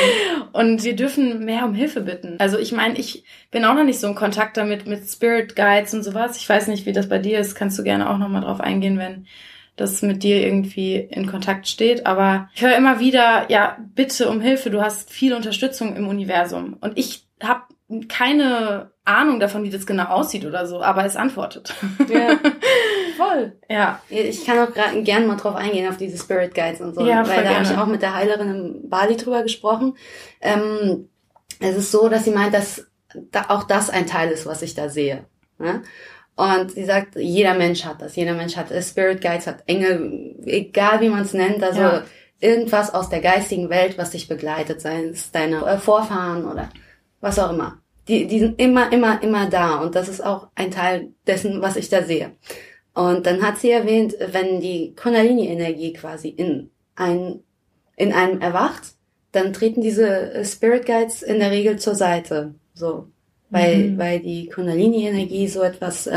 Und wir dürfen mehr um Hilfe bitten. Also ich meine, ich bin auch noch nicht so in Kontakt damit mit Spirit Guides und sowas. Ich weiß nicht, wie das bei dir ist. Kannst du gerne auch nochmal drauf eingehen, wenn das mit dir irgendwie in Kontakt steht. Aber ich höre immer wieder, ja, bitte um Hilfe, du hast viel Unterstützung im Universum. Und ich habe keine Ahnung davon, wie das genau aussieht oder so, aber es antwortet. Ja, voll. Ja. Ich kann auch gerne mal drauf eingehen, auf diese Spirit Guides und so. Ja, voll weil da habe gerne. ich auch mit der Heilerin in Bali drüber gesprochen. Es ist so, dass sie meint, dass auch das ein Teil ist, was ich da sehe. Ne? Und sie sagt, jeder Mensch hat das. Jeder Mensch hat Spirit Guides, hat Engel, egal wie man es nennt. Also irgendwas aus der geistigen Welt, was dich begleitet, seien es deine Vorfahren oder was auch immer. Die sind immer da. Und das ist auch ein Teil dessen, was ich da sehe. Und dann hat sie erwähnt, wenn die Kundalini-Energie quasi in einem erwacht, dann treten diese Spirit Guides in der Regel zur Seite. So. Weil die Kundalini-Energie so etwas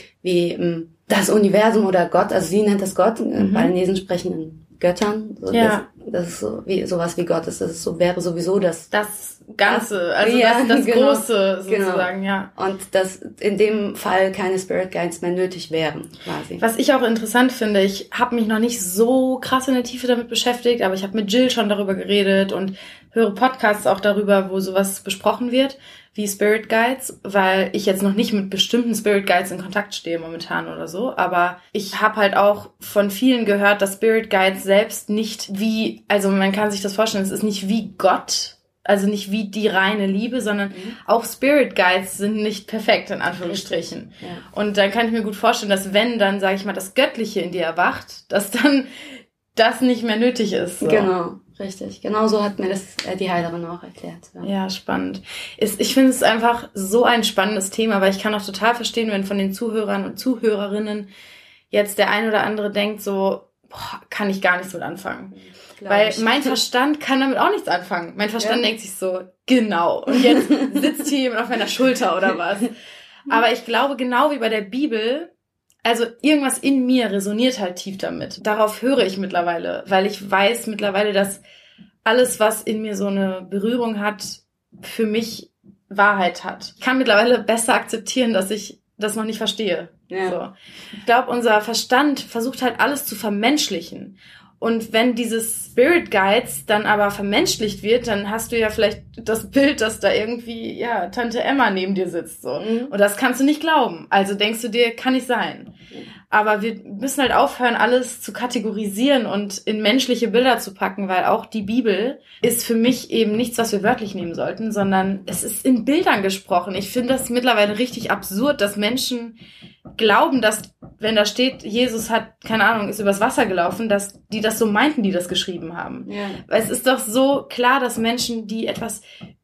wie das Universum oder Gott, also sie nennt das Gott, Balinesen sprechen in Göttern. So, das ist so wie sowas wie Gott ist. Das ist so, wäre sowieso das Ganze, also das genau, Große sozusagen, genau. ja. Und dass in dem Fall keine Spirit Guides mehr nötig wären, quasi. Was ich auch interessant finde, ich habe mich noch nicht so krass in der Tiefe damit beschäftigt, aber ich habe mit Jill schon darüber geredet und höre Podcasts auch darüber, wo sowas besprochen wird, wie Spirit Guides, weil ich jetzt noch nicht mit bestimmten Spirit Guides in Kontakt stehe momentan oder so, aber ich habe halt auch von vielen gehört, dass Spirit Guides selbst nicht wie, also man kann sich das vorstellen, es ist nicht wie Gott, also nicht wie die reine Liebe, sondern auch Spirit Guides sind nicht perfekt, in Anführungsstrichen. Ja. Und dann kann ich mir gut vorstellen, dass wenn dann, sage ich mal, das Göttliche in dir erwacht, dass dann das nicht mehr nötig ist. So. Genau, richtig. Genau so hat mir das die Heilerin auch erklärt. Ja, spannend. Ich finde es einfach so ein spannendes Thema, weil ich kann auch total verstehen, wenn von den Zuhörern und Zuhörerinnen jetzt der ein oder andere denkt so, kann ich gar nichts mit anfangen. Weil mein Verstand kann damit auch nichts anfangen. Mein Verstand denkt sich so, genau. Und jetzt sitzt hier jemand auf meiner Schulter oder was. Aber ich glaube, genau wie bei der Bibel, also irgendwas in mir resoniert halt tief damit. Darauf höre ich mittlerweile, weil ich weiß mittlerweile, dass alles, was in mir so eine Berührung hat, für mich Wahrheit hat. Ich kann mittlerweile besser akzeptieren, dass ich das noch nicht verstehe. Ja. So. Ich glaube, unser Verstand versucht halt alles zu vermenschlichen. Und wenn dieses Spirit Guides dann aber vermenschlicht wird, dann hast du ja vielleicht das Bild, dass da irgendwie, Tante Emma neben dir sitzt, so. Und das kannst du nicht glauben. Also denkst du dir, kann nicht sein. Aber wir müssen halt aufhören, alles zu kategorisieren und in menschliche Bilder zu packen, weil auch die Bibel ist für mich eben nichts, was wir wörtlich nehmen sollten, sondern es ist in Bildern gesprochen. Ich finde das mittlerweile richtig absurd, dass Menschen glauben, dass, wenn da steht, Jesus hat, keine Ahnung, ist übers Wasser gelaufen, dass die das so meinten, die das geschrieben haben. Ja. Weil es ist doch so klar, dass Menschen, die etwas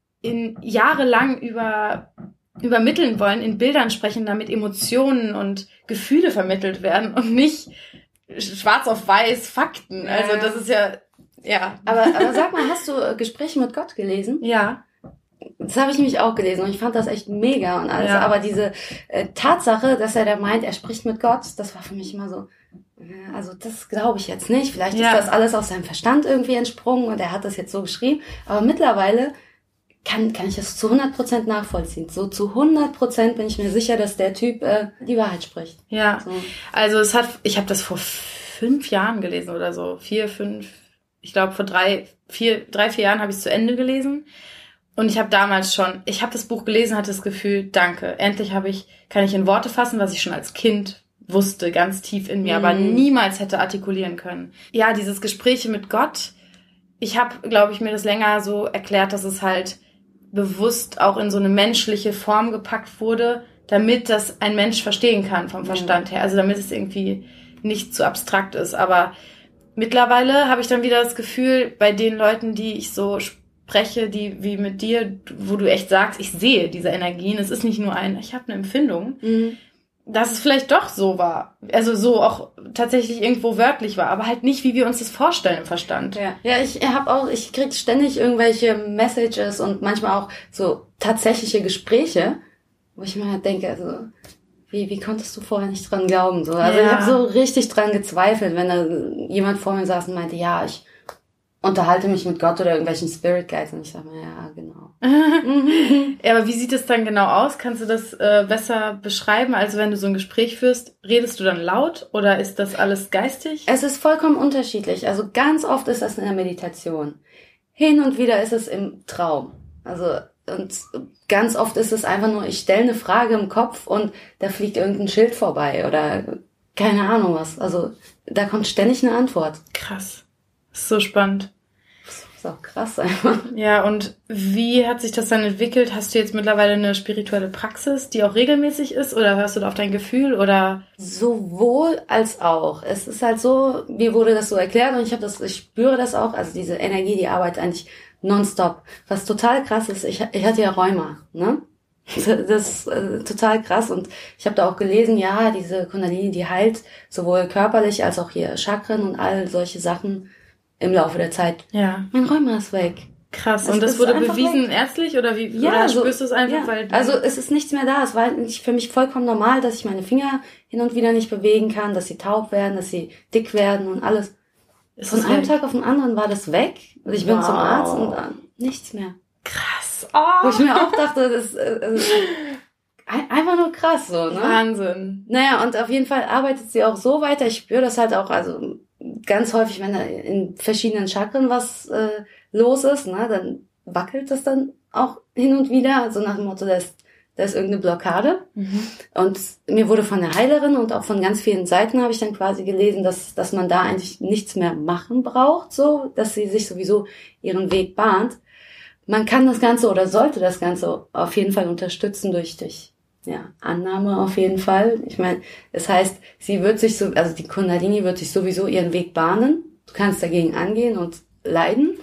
jahrelang übermitteln wollen, in Bildern sprechen, damit Emotionen und Gefühle vermittelt werden und nicht schwarz auf weiß Fakten. Ja. Also das ist ja. Aber sag mal, hast du Gespräche mit Gott gelesen? Ja. Das habe ich nämlich auch gelesen und ich fand das echt mega und alles. Ja. Aber diese Tatsache, dass er da meint, er spricht mit Gott, das war für mich immer so, also das glaube ich jetzt nicht. Vielleicht ist das alles aus seinem Verstand irgendwie entsprungen und er hat das jetzt so geschrieben. Aber mittlerweile kann ich das zu 100% nachvollziehen. So zu 100% bin ich mir sicher, dass der Typ die Wahrheit spricht. Ja, so. Also ich habe das vor 5 Jahren gelesen oder so. 4, 5, ich glaube vor 3, 4 Jahren habe ich es zu Ende gelesen. Und ich habe damals ich habe das Buch gelesen, hatte das Gefühl, danke, endlich kann ich in Worte fassen, was ich schon als Kind wusste, ganz tief in mir, aber niemals hätte artikulieren können. Ja, dieses Gespräche mit Gott, ich habe, glaube ich, mir das länger so erklärt, dass es halt bewusst auch in so eine menschliche Form gepackt wurde, damit das ein Mensch verstehen kann vom Verstand her. Also damit es irgendwie nicht zu abstrakt ist. Aber mittlerweile habe ich dann wieder das Gefühl, bei den Leuten, die ich so spreche, die wie mit dir, wo du echt sagst, ich sehe diese Energien, es ist nicht nur ich habe eine Empfindung, dass es vielleicht doch so war. Also so auch tatsächlich irgendwo wörtlich war, aber halt nicht, wie wir uns das vorstellen im Verstand. Ja, ich krieg ständig irgendwelche Messages und manchmal auch so tatsächliche Gespräche, wo ich mir denke, also wie konntest du vorher nicht dran glauben? So, also ich habe so richtig dran gezweifelt, wenn da jemand vor mir saß und meinte, ja, unterhalte mich mit Gott oder irgendwelchen Spirit Guides und ich sage mir, ja, genau. Ja, aber wie sieht es dann genau aus? Kannst du das besser beschreiben? Also wenn du so ein Gespräch führst, redest du dann laut oder ist das alles geistig? Es ist vollkommen unterschiedlich. Also ganz oft ist das in der Meditation. Hin und wieder ist es im Traum. Also und ganz oft ist es einfach nur, ich stelle eine Frage im Kopf und da fliegt irgendein Schild vorbei oder keine Ahnung was. Also da kommt ständig eine Antwort. Krass. Das ist so spannend. Das ist auch krass einfach. Ja, und wie hat sich das dann entwickelt? Hast du jetzt mittlerweile eine spirituelle Praxis, die auch regelmäßig ist oder hörst du da auf dein Gefühl oder? Sowohl als auch. Es ist halt so, mir wurde das so erklärt und ich spüre das auch, also diese Energie, die arbeitet eigentlich nonstop. Was total krass ist, ich hatte ja Rheuma, ne? Das ist total krass und ich habe da auch gelesen, ja, diese Kundalini, die heilt sowohl körperlich als auch hier Chakren und all solche Sachen im Laufe der Zeit. Ja. Mein Rheuma ist weg. Krass. Und das wurde bewiesen ärztlich oder wie? Ja, oder spürst du es einfach? Ja. Weil also es ist nichts mehr da. Es war für mich vollkommen normal, dass ich meine Finger hin und wieder nicht bewegen kann, dass sie taub werden, dass sie dick werden und alles. Von einem Tag auf den anderen war das weg. Und ich bin zum Arzt und nichts mehr. Krass. Wo ich mir auch dachte, das ist einfach nur krass so, ne? Wahnsinn. Naja, und auf jeden Fall arbeitet sie auch so weiter. Ich spüre das halt auch, also ganz häufig, wenn da in verschiedenen Chakren was los ist, ne, dann wackelt das dann auch hin und wieder, so nach dem Motto, da ist irgendeine Blockade. Und mir wurde von der Heilerin und auch von ganz vielen Seiten habe ich dann quasi gelesen, dass man da eigentlich nichts mehr machen braucht, so, dass sie sich sowieso ihren Weg bahnt. Man kann das Ganze oder sollte das Ganze auf jeden Fall unterstützen durch Annahme auf jeden Fall. Ich meine, es heißt, also die Kundalini wird sich sowieso ihren Weg bahnen. Du kannst dagegen angehen und leiden.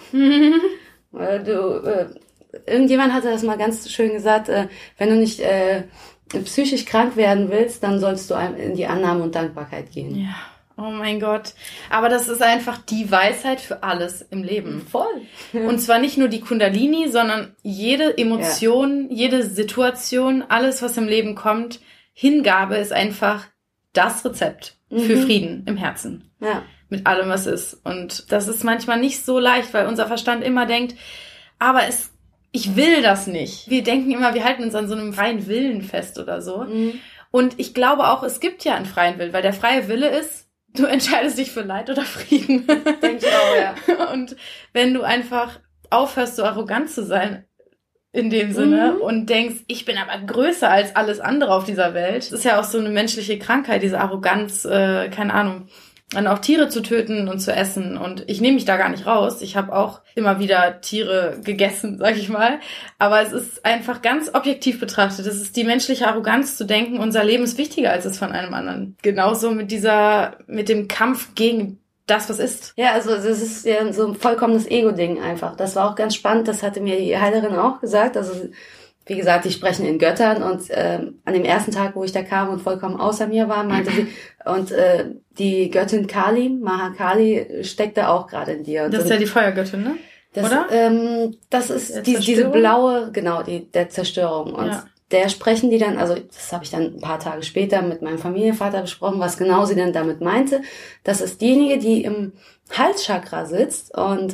Irgendjemand hatte das mal ganz schön gesagt, wenn du nicht psychisch krank werden willst, dann sollst du in die Annahme und Dankbarkeit gehen. Ja, oh mein Gott. Aber das ist einfach die Weisheit für alles im Leben. Voll. Und zwar nicht nur die Kundalini, sondern jede Emotion, jede Situation, alles, was im Leben kommt. Hingabe ist einfach das Rezept für Frieden im Herzen. Ja. Mit allem, was ist. Und das ist manchmal nicht so leicht, weil unser Verstand immer denkt, aber ich will das nicht. Wir denken immer, wir halten uns an so einem freien Willen fest oder so. Und ich glaube auch, es gibt ja einen freien Willen, weil der freie Wille ist, du entscheidest dich für Leid oder Frieden. Denke ich auch, ja. Und wenn du einfach aufhörst, so arrogant zu sein, in dem Sinne, und denkst, ich bin aber größer als alles andere auf dieser Welt. Das ist ja auch so eine menschliche Krankheit, diese Arroganz, keine Ahnung, dann auch Tiere zu töten und zu essen. Und ich nehme mich da gar nicht raus. Ich habe auch immer wieder Tiere gegessen, sag ich mal. Aber es ist einfach ganz objektiv betrachtet. Es ist die menschliche Arroganz zu denken, unser Leben ist wichtiger als es von einem anderen. Genauso mit dem Kampf gegen das, was ist. Ja, also das ist ja so ein vollkommenes Ego-Ding einfach. Das war auch ganz spannend. Das hatte mir die Heilerin auch gesagt. Also wie gesagt, die sprechen in Göttern und an dem ersten Tag, wo ich da kam und vollkommen außer mir war, meinte sie, und die Göttin Kali, Mahakali, steckt da auch gerade in dir. Und das ist ja die Feuergöttin, ne? Oder? Das ist diese blaue, genau, der Zerstörung. Und der sprechen die dann, also das habe ich dann ein paar Tage später mit meinem Familienvater besprochen, was genau sie denn damit meinte. Das ist diejenige, die im Halschakra sitzt und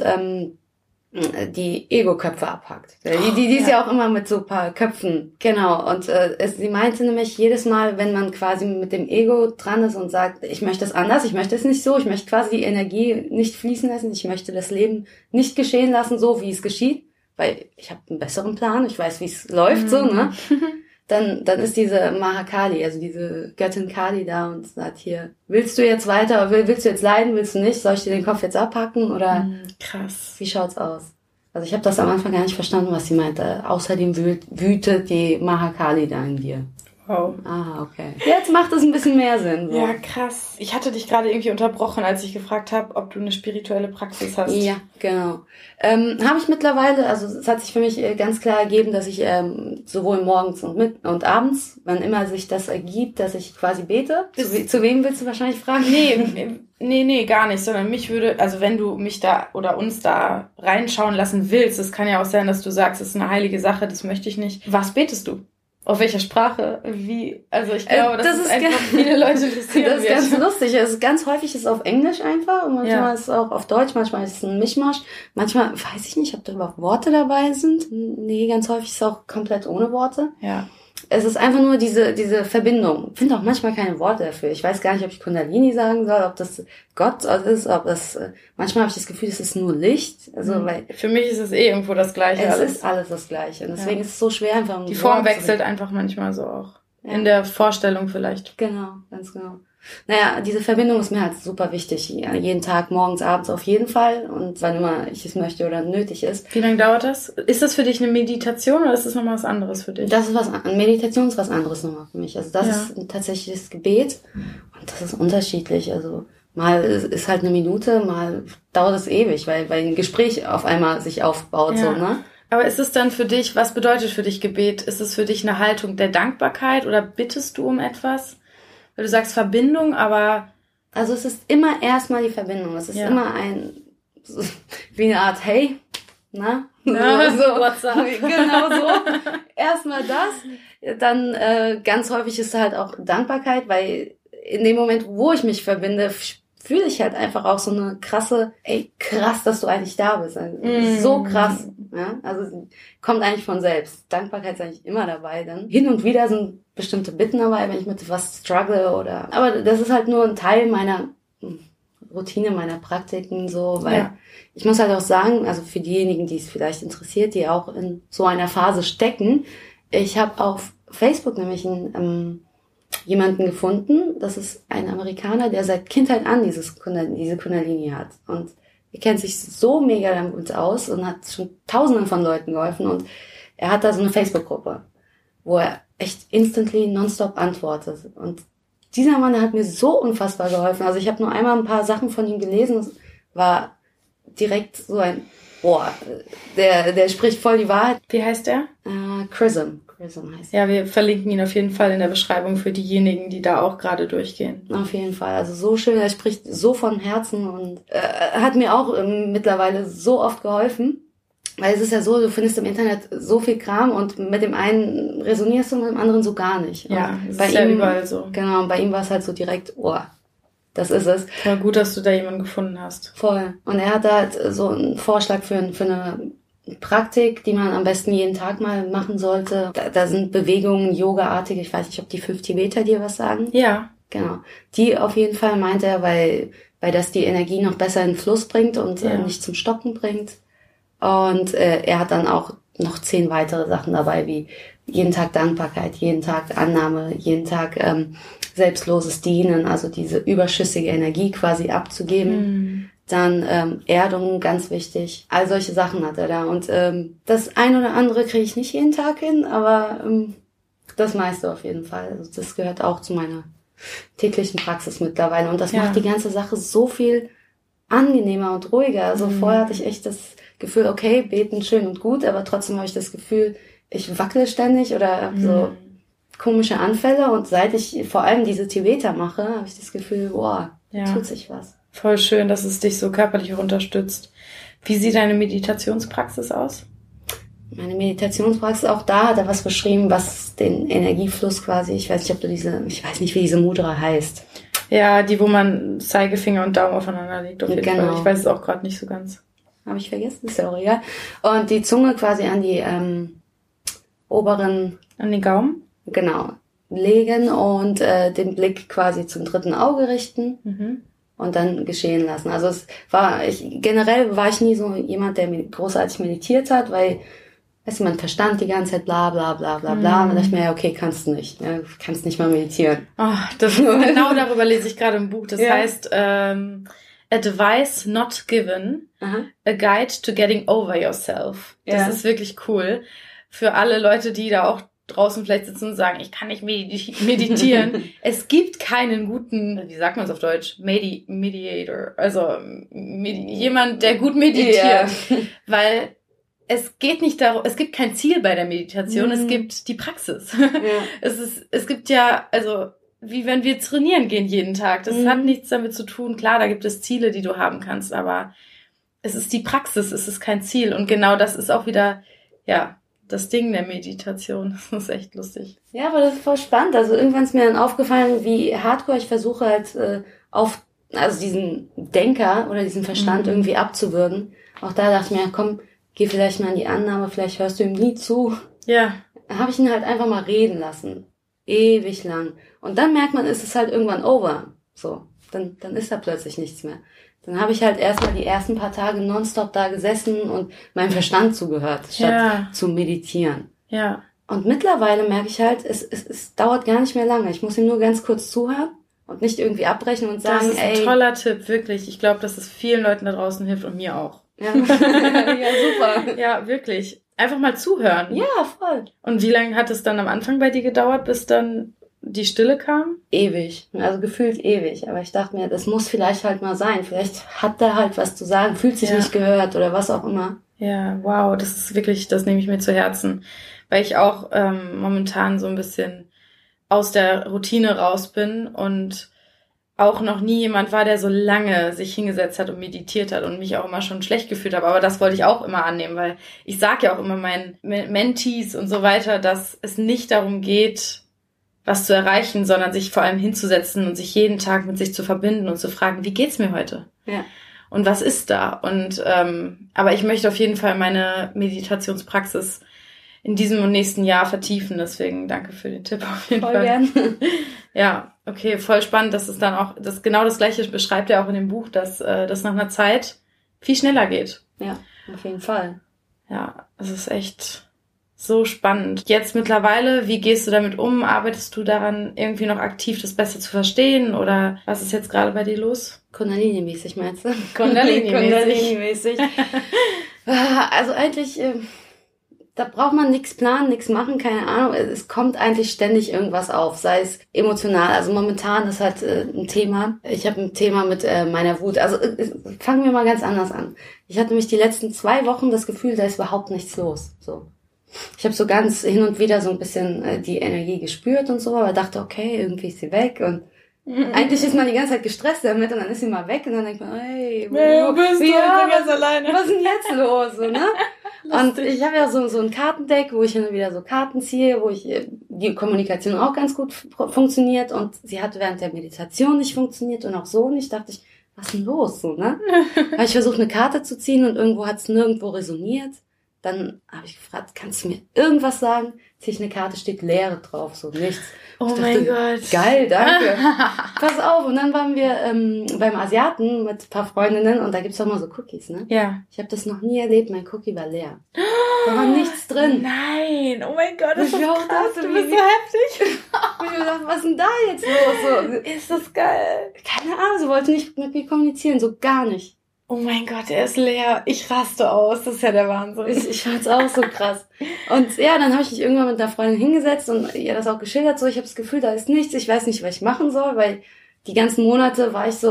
die Ego-Köpfe abhackt. Die ist ja auch immer mit so ein paar Köpfen. Genau. Und sie meinte nämlich jedes Mal, wenn man quasi mit dem Ego dran ist und sagt, ich möchte es anders, ich möchte es nicht so, ich möchte quasi die Energie nicht fließen lassen, ich möchte das Leben nicht geschehen lassen, so wie es geschieht, weil ich habe einen besseren Plan, ich weiß, wie es läuft, so, ne? Dann ist diese Mahakali, also diese Göttin Kali da und sagt hier, willst du jetzt weiter, willst du jetzt leiden, willst du nicht, soll ich dir den Kopf jetzt abhacken oder krass. Wie schaut's aus? Also ich habe das am Anfang gar nicht verstanden, was sie meinte. Außerdem wütet die Mahakali da in dir. Wow. Ah, okay. Jetzt macht es ein bisschen mehr Sinn. So. Ja, krass. Ich hatte dich gerade irgendwie unterbrochen, als ich gefragt habe, ob du eine spirituelle Praxis hast. Ja, genau. Habe ich mittlerweile, also es hat sich für mich ganz klar ergeben, dass ich sowohl morgens und abends, wann immer sich das ergibt, dass ich quasi bete. Zu wem willst du wahrscheinlich fragen? Nee, gar nicht, sondern mich würde, also wenn du mich da oder uns da reinschauen lassen willst, es kann ja auch sein, dass du sagst, es ist eine heilige Sache, das möchte ich nicht. Was betest du? Auf welcher Sprache? Wie? Also ich glaube, das ist einfach viele Leute interessieren. Das ist ganz lustig. Also ganz häufig ist es auf Englisch einfach und manchmal ist es auch auf Deutsch, manchmal ist es ein Mischmasch. Manchmal weiß ich nicht, ob da überhaupt Worte dabei sind. Nee, ganz häufig ist es auch komplett ohne Worte. Ja. Es ist einfach nur diese Verbindung. Ich finde auch manchmal keine Worte dafür. Ich weiß gar nicht, ob ich Kundalini sagen soll, ob das Gott ist, ob das, manchmal habe ich das Gefühl, es ist nur Licht. Also, weil. Für mich ist es irgendwo das Gleiche. Es ist alles das Gleiche. Und deswegen ist es so schwer einfach. Die Form wechselt einfach manchmal so auch. Ja. In der Vorstellung vielleicht. Genau, ganz genau. Naja, diese Verbindung ist mir halt super wichtig. Ja, jeden Tag, morgens, abends auf jeden Fall. Und wann immer ich es möchte oder nötig ist. Wie lange dauert das? Ist das für dich eine Meditation oder ist das nochmal was anderes für dich? Das ist Meditation ist was anderes nochmal für mich. Also das ist tatsächlich das Gebet. Und das ist unterschiedlich. Also mal ist halt eine Minute, mal dauert es ewig, weil ein Gespräch auf einmal sich aufbaut. So, ne? Aber ist es dann für dich, was bedeutet für dich Gebet? Ist es für dich eine Haltung der Dankbarkeit oder bittest du um etwas? Weil du sagst Verbindung, aber... Also es ist immer erstmal die Verbindung. Es ist immer wie eine Art Hey, ne? Ja, so, WhatsApp. Genau so. Erstmal das. Dann ganz häufig ist halt auch Dankbarkeit, weil in dem Moment, wo ich mich verbinde, fühle ich halt einfach auch so eine krasse, krass, dass du eigentlich da bist. Also, so krass. Ja? Also kommt eigentlich von selbst. Dankbarkeit ist eigentlich immer dabei. Dann hin und wieder sind bestimmte Bitten dabei, wenn ich mit was struggle oder. Aber das ist halt nur ein Teil meiner Routine, meiner Praktiken so, weil ich muss halt auch sagen, also für diejenigen, die es vielleicht interessiert, die auch in so einer Phase stecken, ich habe auf Facebook nämlich jemanden gefunden, das ist ein Amerikaner, der seit Kindheit an diese Kundalini hat und er kennt sich so mega damit aus und hat schon Tausenden von Leuten geholfen und er hat da so eine Facebook-Gruppe, wo er echt instantly nonstop antwortet und dieser Mann, der hat mir so unfassbar geholfen. Also ich habe nur einmal ein paar Sachen von ihm gelesen, es war direkt so ein, der spricht voll die Wahrheit. Wie heißt der? Chrism heißt er. Ja, wir verlinken ihn auf jeden Fall in der Beschreibung für diejenigen, die da auch gerade durchgehen. Auf jeden Fall. Also so schön, er spricht so von Herzen und hat mir auch mittlerweile so oft geholfen. Weil es ist ja so, du findest im Internet so viel Kram und mit dem einen resonierst du, mit dem anderen so gar nicht. Ja, das ist ja überall so. Genau, und bei ihm war es halt so direkt, das ist es. Voll gut, dass du da jemanden gefunden hast. Voll. Und er hat halt so einen Vorschlag für eine Praktik, die man am besten jeden Tag mal machen sollte. Da sind Bewegungen, Yoga-artige, ich weiß nicht, ob die 5 Tibeter dir was sagen. Ja. Genau. Die auf jeden Fall meint er, weil das die Energie noch besser in den Fluss bringt und nicht zum Stoppen bringt. Und er hat dann auch noch 10 weitere Sachen dabei, wie jeden Tag Dankbarkeit, jeden Tag Annahme, jeden Tag selbstloses Dienen, also diese überschüssige Energie quasi abzugeben. Dann Erdung, ganz wichtig. All solche Sachen hat er da. Und das ein oder andere kriege ich nicht jeden Tag hin, aber das meiste auf jeden Fall. Also das gehört auch zu meiner täglichen Praxis mittlerweile. Und das macht die ganze Sache so viel angenehmer und ruhiger. Also vorher hatte ich echt das Gefühl, okay, beten schön und gut, aber trotzdem habe ich das Gefühl, ich wackele ständig oder habe so komische Anfälle. Und seit ich vor allem diese Tibeter mache, habe ich das Gefühl, tut sich was. Voll schön, dass es dich so körperlich auch unterstützt. Wie sieht deine Meditationspraxis aus? Meine Meditationspraxis, auch da hat er was beschrieben, was den Energiefluss quasi, ich weiß nicht, wie diese Mudra heißt. Ja, die, wo man Zeigefinger und Daumen aufeinander legt, auf jeden Fall. Ich weiß es auch gerade nicht so ganz. Habe ich vergessen, ist ja auch egal. Und die Zunge quasi an die oberen... An den Gaumen? Genau. Legen und den Blick quasi zum 3. Auge richten. Und dann geschehen lassen. Also generell war ich nie so jemand, der großartig meditiert hat, weil, weißt du, man verstand die ganze Zeit bla bla bla bla bla. Und dann dachte ich mir, okay, kannst du nicht. Ja, kannst nicht mal meditieren. Genau darüber lese ich gerade im Buch. Das heißt, Advice Not Given, A Guide to Getting Over Yourself. Das ist wirklich cool. Für alle Leute, die da auch draußen vielleicht sitzen und sagen, ich kann nicht meditieren. Es gibt keinen guten, wie sagt man es auf Deutsch, Mediator, also jemand, der gut meditiert, weil es geht nicht darum, es gibt kein Ziel bei der Meditation, es gibt die Praxis. Es gibt ja, also wie wenn wir trainieren gehen jeden Tag, das hat nichts damit zu tun. Klar, da gibt es Ziele, die du haben kannst, aber es ist die Praxis, es ist kein Ziel und genau das ist auch wieder, das Ding der Meditation. Das ist echt lustig. Ja, aber das ist voll spannend. Also irgendwann ist mir dann aufgefallen, wie hardcore ich versuche halt also diesen Denker oder diesen Verstand irgendwie abzuwürgen. Auch da dachte ich mir, komm, geh vielleicht mal in die Annahme, vielleicht hörst du ihm nie zu. Ja. Dann habe ich ihn halt einfach mal reden lassen. Ewig lang. Und dann merkt man, ist es halt irgendwann over. So, dann ist da plötzlich nichts mehr. Dann habe ich halt erstmal die ersten paar Tage nonstop da gesessen und meinem Verstand zugehört, statt zu meditieren. Ja. Und mittlerweile merke ich halt, es dauert gar nicht mehr lange. Ich muss ihm nur ganz kurz zuhören und nicht irgendwie abbrechen und sagen, das ist ein toller Tipp, wirklich. Ich glaube, dass es vielen Leuten da draußen hilft und mir auch. Ja, ja, super. Ja, wirklich. Einfach mal zuhören. Ja, voll. Und wie lange hat es dann am Anfang bei dir gedauert, bis dann die Stille kam? Ewig. Also gefühlt ewig. Aber ich dachte mir, das muss vielleicht halt mal sein. Vielleicht hat der halt was zu sagen, fühlt sich nicht gehört oder was auch immer. Ja, wow, das ist wirklich, das nehme ich mir zu Herzen. Weil ich auch momentan so ein bisschen aus der Routine raus bin und auch noch nie jemand war, der so lange sich hingesetzt hat und meditiert hat und mich auch immer schon schlecht gefühlt habe. Aber das wollte ich auch immer annehmen, weil ich sage ja auch immer meinen Mentees und so weiter, dass es nicht darum geht, was zu erreichen, sondern sich vor allem hinzusetzen und sich jeden Tag mit sich zu verbinden und zu fragen, wie geht's mir heute? Ja. Und was ist da? Und aber ich möchte auf jeden Fall meine Meditationspraxis in diesem und nächsten Jahr vertiefen. Deswegen danke für den Tipp auf jeden Fall. Gern. Ja, okay, voll spannend, dass es dann auch, das genau das Gleiche beschreibt er auch in dem Buch, dass das nach einer Zeit viel schneller geht. Ja, auf jeden Fall. Ja, es ist echt so spannend. Jetzt mittlerweile, wie gehst du damit um? Arbeitest du daran, irgendwie noch aktiv das besser zu verstehen? Oder was ist jetzt gerade bei dir los? Kundalini-mäßig meinst du? Kundalini-mäßig. Also eigentlich, da braucht man nichts planen, nichts machen, keine Ahnung. Es kommt eigentlich ständig irgendwas auf, sei es emotional. Also momentan ist halt ein Thema. Ich habe ein Thema mit meiner Wut. Also fangen wir mal ganz anders an. Ich hatte nämlich die letzten 2 Wochen das Gefühl, da ist überhaupt nichts los. So. Ich habe so ganz hin und wieder so ein bisschen die Energie gespürt und so, aber dachte, okay, irgendwie ist sie weg und eigentlich ist man die ganze Zeit gestresst damit und dann ist sie mal weg und dann denkt man, hey, wo bist du? Ganz alleine. Was ist denn jetzt los? So, ne? Und ich habe ja so ein Kartendeck, wo ich hin und wieder so Karten ziehe, wo ich die Kommunikation auch ganz gut funktioniert und sie hat während der Meditation nicht funktioniert und auch so nicht. Dachte ich, was ist denn los? So, ne? Habe ich versucht, eine Karte zu ziehen und irgendwo hat es nirgendwo resoniert. Dann habe ich gefragt, kannst du mir irgendwas sagen? Ziehe ich eine Karte, steht Leere drauf, so nichts. Oh mein Gott. Geil, danke. Pass auf. Und dann waren wir beim Asiaten mit ein paar Freundinnen und da gibt's doch mal so Cookies, ne? Ja. Ich habe das noch nie erlebt, mein Cookie war leer. Da war nichts drin. Nein, oh mein Gott, das ist Ich so auch krass, dachte, du bist so heftig. Und ich dachte, was ist denn da jetzt los? So, Ist das geil. keine Ahnung, sie wollte nicht mit mir kommunizieren, so gar nicht. Oh mein Gott, er ist leer. Ich raste aus. Das ist ja der Wahnsinn. Ich fand's auch so krass. Und ja, dann habe ich mich irgendwann mit einer Freundin hingesetzt und ihr das auch geschildert. So, ich habe das Gefühl, da ist nichts. Ich weiß nicht, was ich machen soll, weil die ganzen Monate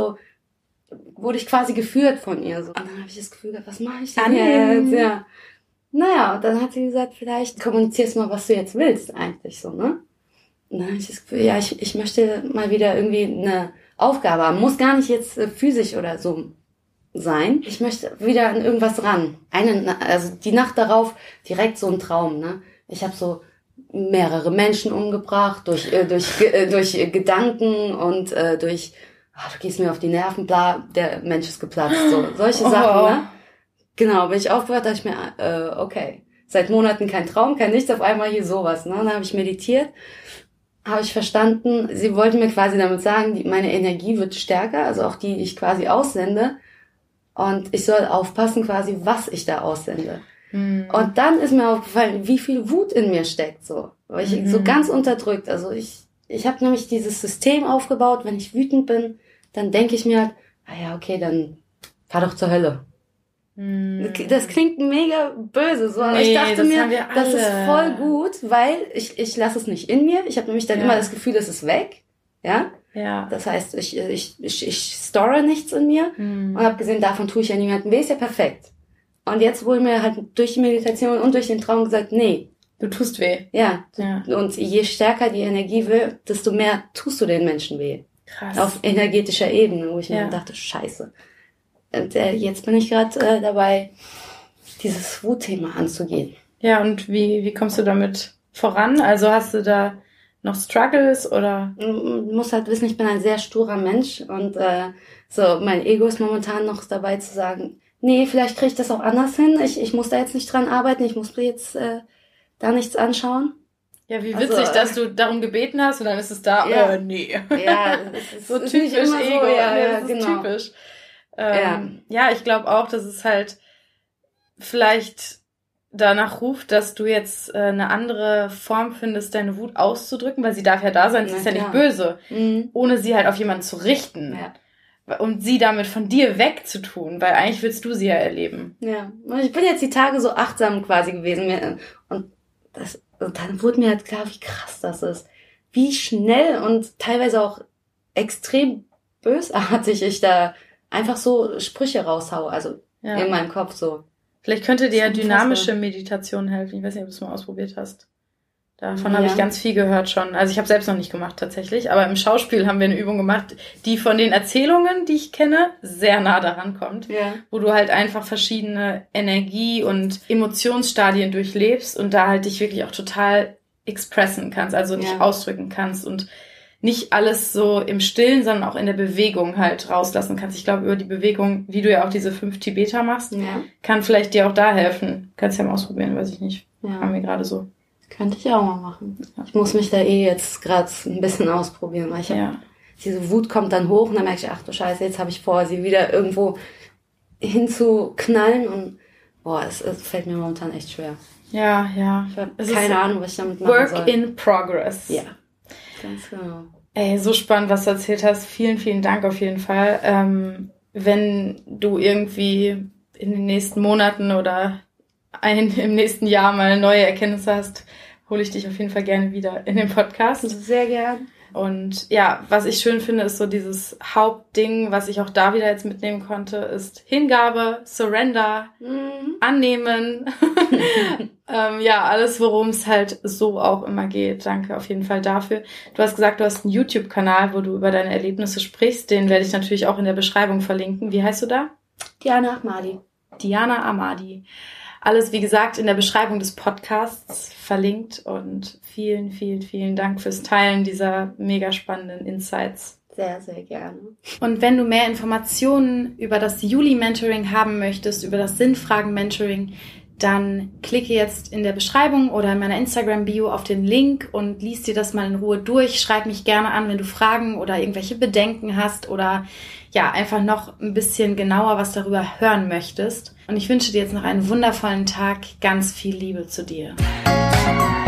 wurde ich quasi geführt von ihr. So. Und dann habe ich das Gefühl gehabt, was mache ich denn jetzt? Ja. Naja, und dann hat sie gesagt, vielleicht kommunizierst mal, was du jetzt willst eigentlich so, ne? Und dann habe ich das Gefühl, ja, ich möchte mal wieder irgendwie eine Aufgabe haben. Muss gar nicht jetzt physisch oder so sein. Ich möchte wieder an irgendwas ran. Also die Nacht darauf direkt so ein Traum, ne? Ich habe so mehrere Menschen umgebracht durch Gedanken und durch du gehst mir auf die Nerven, bla, der Mensch ist geplatzt, so solche Sachen, ne? Genau, bin ich aufgehört, dachte ich mir, okay, seit Monaten kein Traum, kein nichts, auf einmal hier sowas, ne? Und dann habe ich meditiert, habe ich verstanden, sie wollten mir quasi damit sagen, meine Energie wird stärker, also auch die ich quasi aussende. Und ich soll aufpassen quasi, was ich da aussende. Und dann ist mir aufgefallen, wie viel Wut in mir steckt, so. Weil ich so ganz unterdrückt. Also ich habe nämlich dieses System aufgebaut, wenn ich wütend bin, dann denke ich mir halt, ja, okay, dann fahr doch zur Hölle. Das klingt mega böse, so. Aber ich dachte mir, das ist voll gut, weil ich lasse es nicht in mir. Ich habe nämlich dann immer das Gefühl, es ist weg. Ja. Ja. Das heißt, ich store nichts in mir und habe gesehen, davon tue ich ja niemandem weh, ist ja perfekt. Und jetzt wurde mir halt durch die Meditation und durch den Traum gesagt, nee. Du tust weh. Ja. Und je stärker die Energie will, desto mehr tust du den Menschen weh. Krass. Auf energetischer Ebene, wo ich mir dachte, scheiße. Und jetzt bin ich gerade dabei, dieses Wutthema anzugehen. Ja, und wie kommst du damit voran? Also hast du da noch Struggles oder? Du musst halt wissen, ich bin ein sehr sturer Mensch und so mein Ego ist momentan noch dabei zu sagen, nee, vielleicht kriege ich das auch anders hin. Ich muss da jetzt nicht dran arbeiten, ich muss mir jetzt da nichts anschauen. Ja, wie witzig, dass du darum gebeten hast und dann ist es da, ja. Nee. Ja, das ist so ist typisch nicht immer Ego. so, ja, das ist genau. typisch. Ja, ich glaube auch, dass es halt vielleicht danach ruft, dass du jetzt eine andere Form findest, deine Wut auszudrücken, weil sie darf ja da sein, sie ist ja nicht böse, ohne sie halt auf jemanden zu richten. Ja. Und sie damit von dir wegzutun, weil eigentlich willst du sie ja erleben. Ja, und ich bin jetzt die Tage so achtsam quasi gewesen und dann wurde mir halt klar, wie krass das ist. Wie schnell und teilweise auch extrem bösartig ich da einfach so Sprüche raushaue, also in meinem Kopf so. Vielleicht könnte dir ja dynamische Meditation helfen. Ich weiß nicht, ob du es mal ausprobiert hast. Davon habe ich ganz viel gehört schon. Also ich habe selbst noch nicht gemacht tatsächlich, aber im Schauspiel haben wir eine Übung gemacht, die von den Erzählungen, die ich kenne, sehr nah daran kommt. Ja. Wo du halt einfach verschiedene Energie- und Emotionsstadien durchlebst und da halt dich wirklich auch total expressen kannst, also dich ausdrücken kannst und nicht alles so im Stillen, sondern auch in der Bewegung halt rauslassen kannst. Ich glaube, über die Bewegung, wie du ja auch diese 5 Tibeter machst, kann vielleicht dir auch da helfen. Kannst ja mal ausprobieren, weiß ich nicht. Haben wir gerade so. Könnte ich auch mal machen. Ich muss mich da jetzt gerade ein bisschen ausprobieren, weil diese Wut kommt dann hoch und dann merke ich, ach du Scheiße, jetzt habe ich vor, sie wieder irgendwo hinzuknallen und es fällt mir momentan echt schwer. Ja. Ich habe keine Ahnung, was ich damit machen soll. Work in progress. Ja, ganz genau. Ey, so spannend, was du erzählt hast. Vielen, vielen Dank auf jeden Fall. Wenn du irgendwie in den nächsten Monaten oder im nächsten Jahr mal neue Erkenntnisse hast, hole ich dich auf jeden Fall gerne wieder in den Podcast. Sehr gern. Und ja, was ich schön finde, ist so dieses Hauptding, was ich auch da wieder jetzt mitnehmen konnte, ist Hingabe, Surrender, Annehmen. Alles, worum es halt so auch immer geht. Danke auf jeden Fall dafür. Du hast gesagt, du hast einen YouTube-Kanal, wo du über deine Erlebnisse sprichst. Den werde ich natürlich auch in der Beschreibung verlinken. Wie heißt du da? Diana Amadi. Diana Amadi. Alles, wie gesagt, in der Beschreibung des Podcasts verlinkt und vielen, vielen, vielen Dank fürs Teilen dieser mega spannenden Insights. Sehr, sehr gerne. Und wenn du mehr Informationen über das Juli-Mentoring haben möchtest, über das Sinnfragen-Mentoring, dann klicke jetzt in der Beschreibung oder in meiner Instagram-Bio auf den Link und lies dir das mal in Ruhe durch. Schreib mich gerne an, wenn du Fragen oder irgendwelche Bedenken hast oder einfach noch ein bisschen genauer was darüber hören möchtest. Und ich wünsche dir jetzt noch einen wundervollen Tag. Ganz viel Liebe zu dir.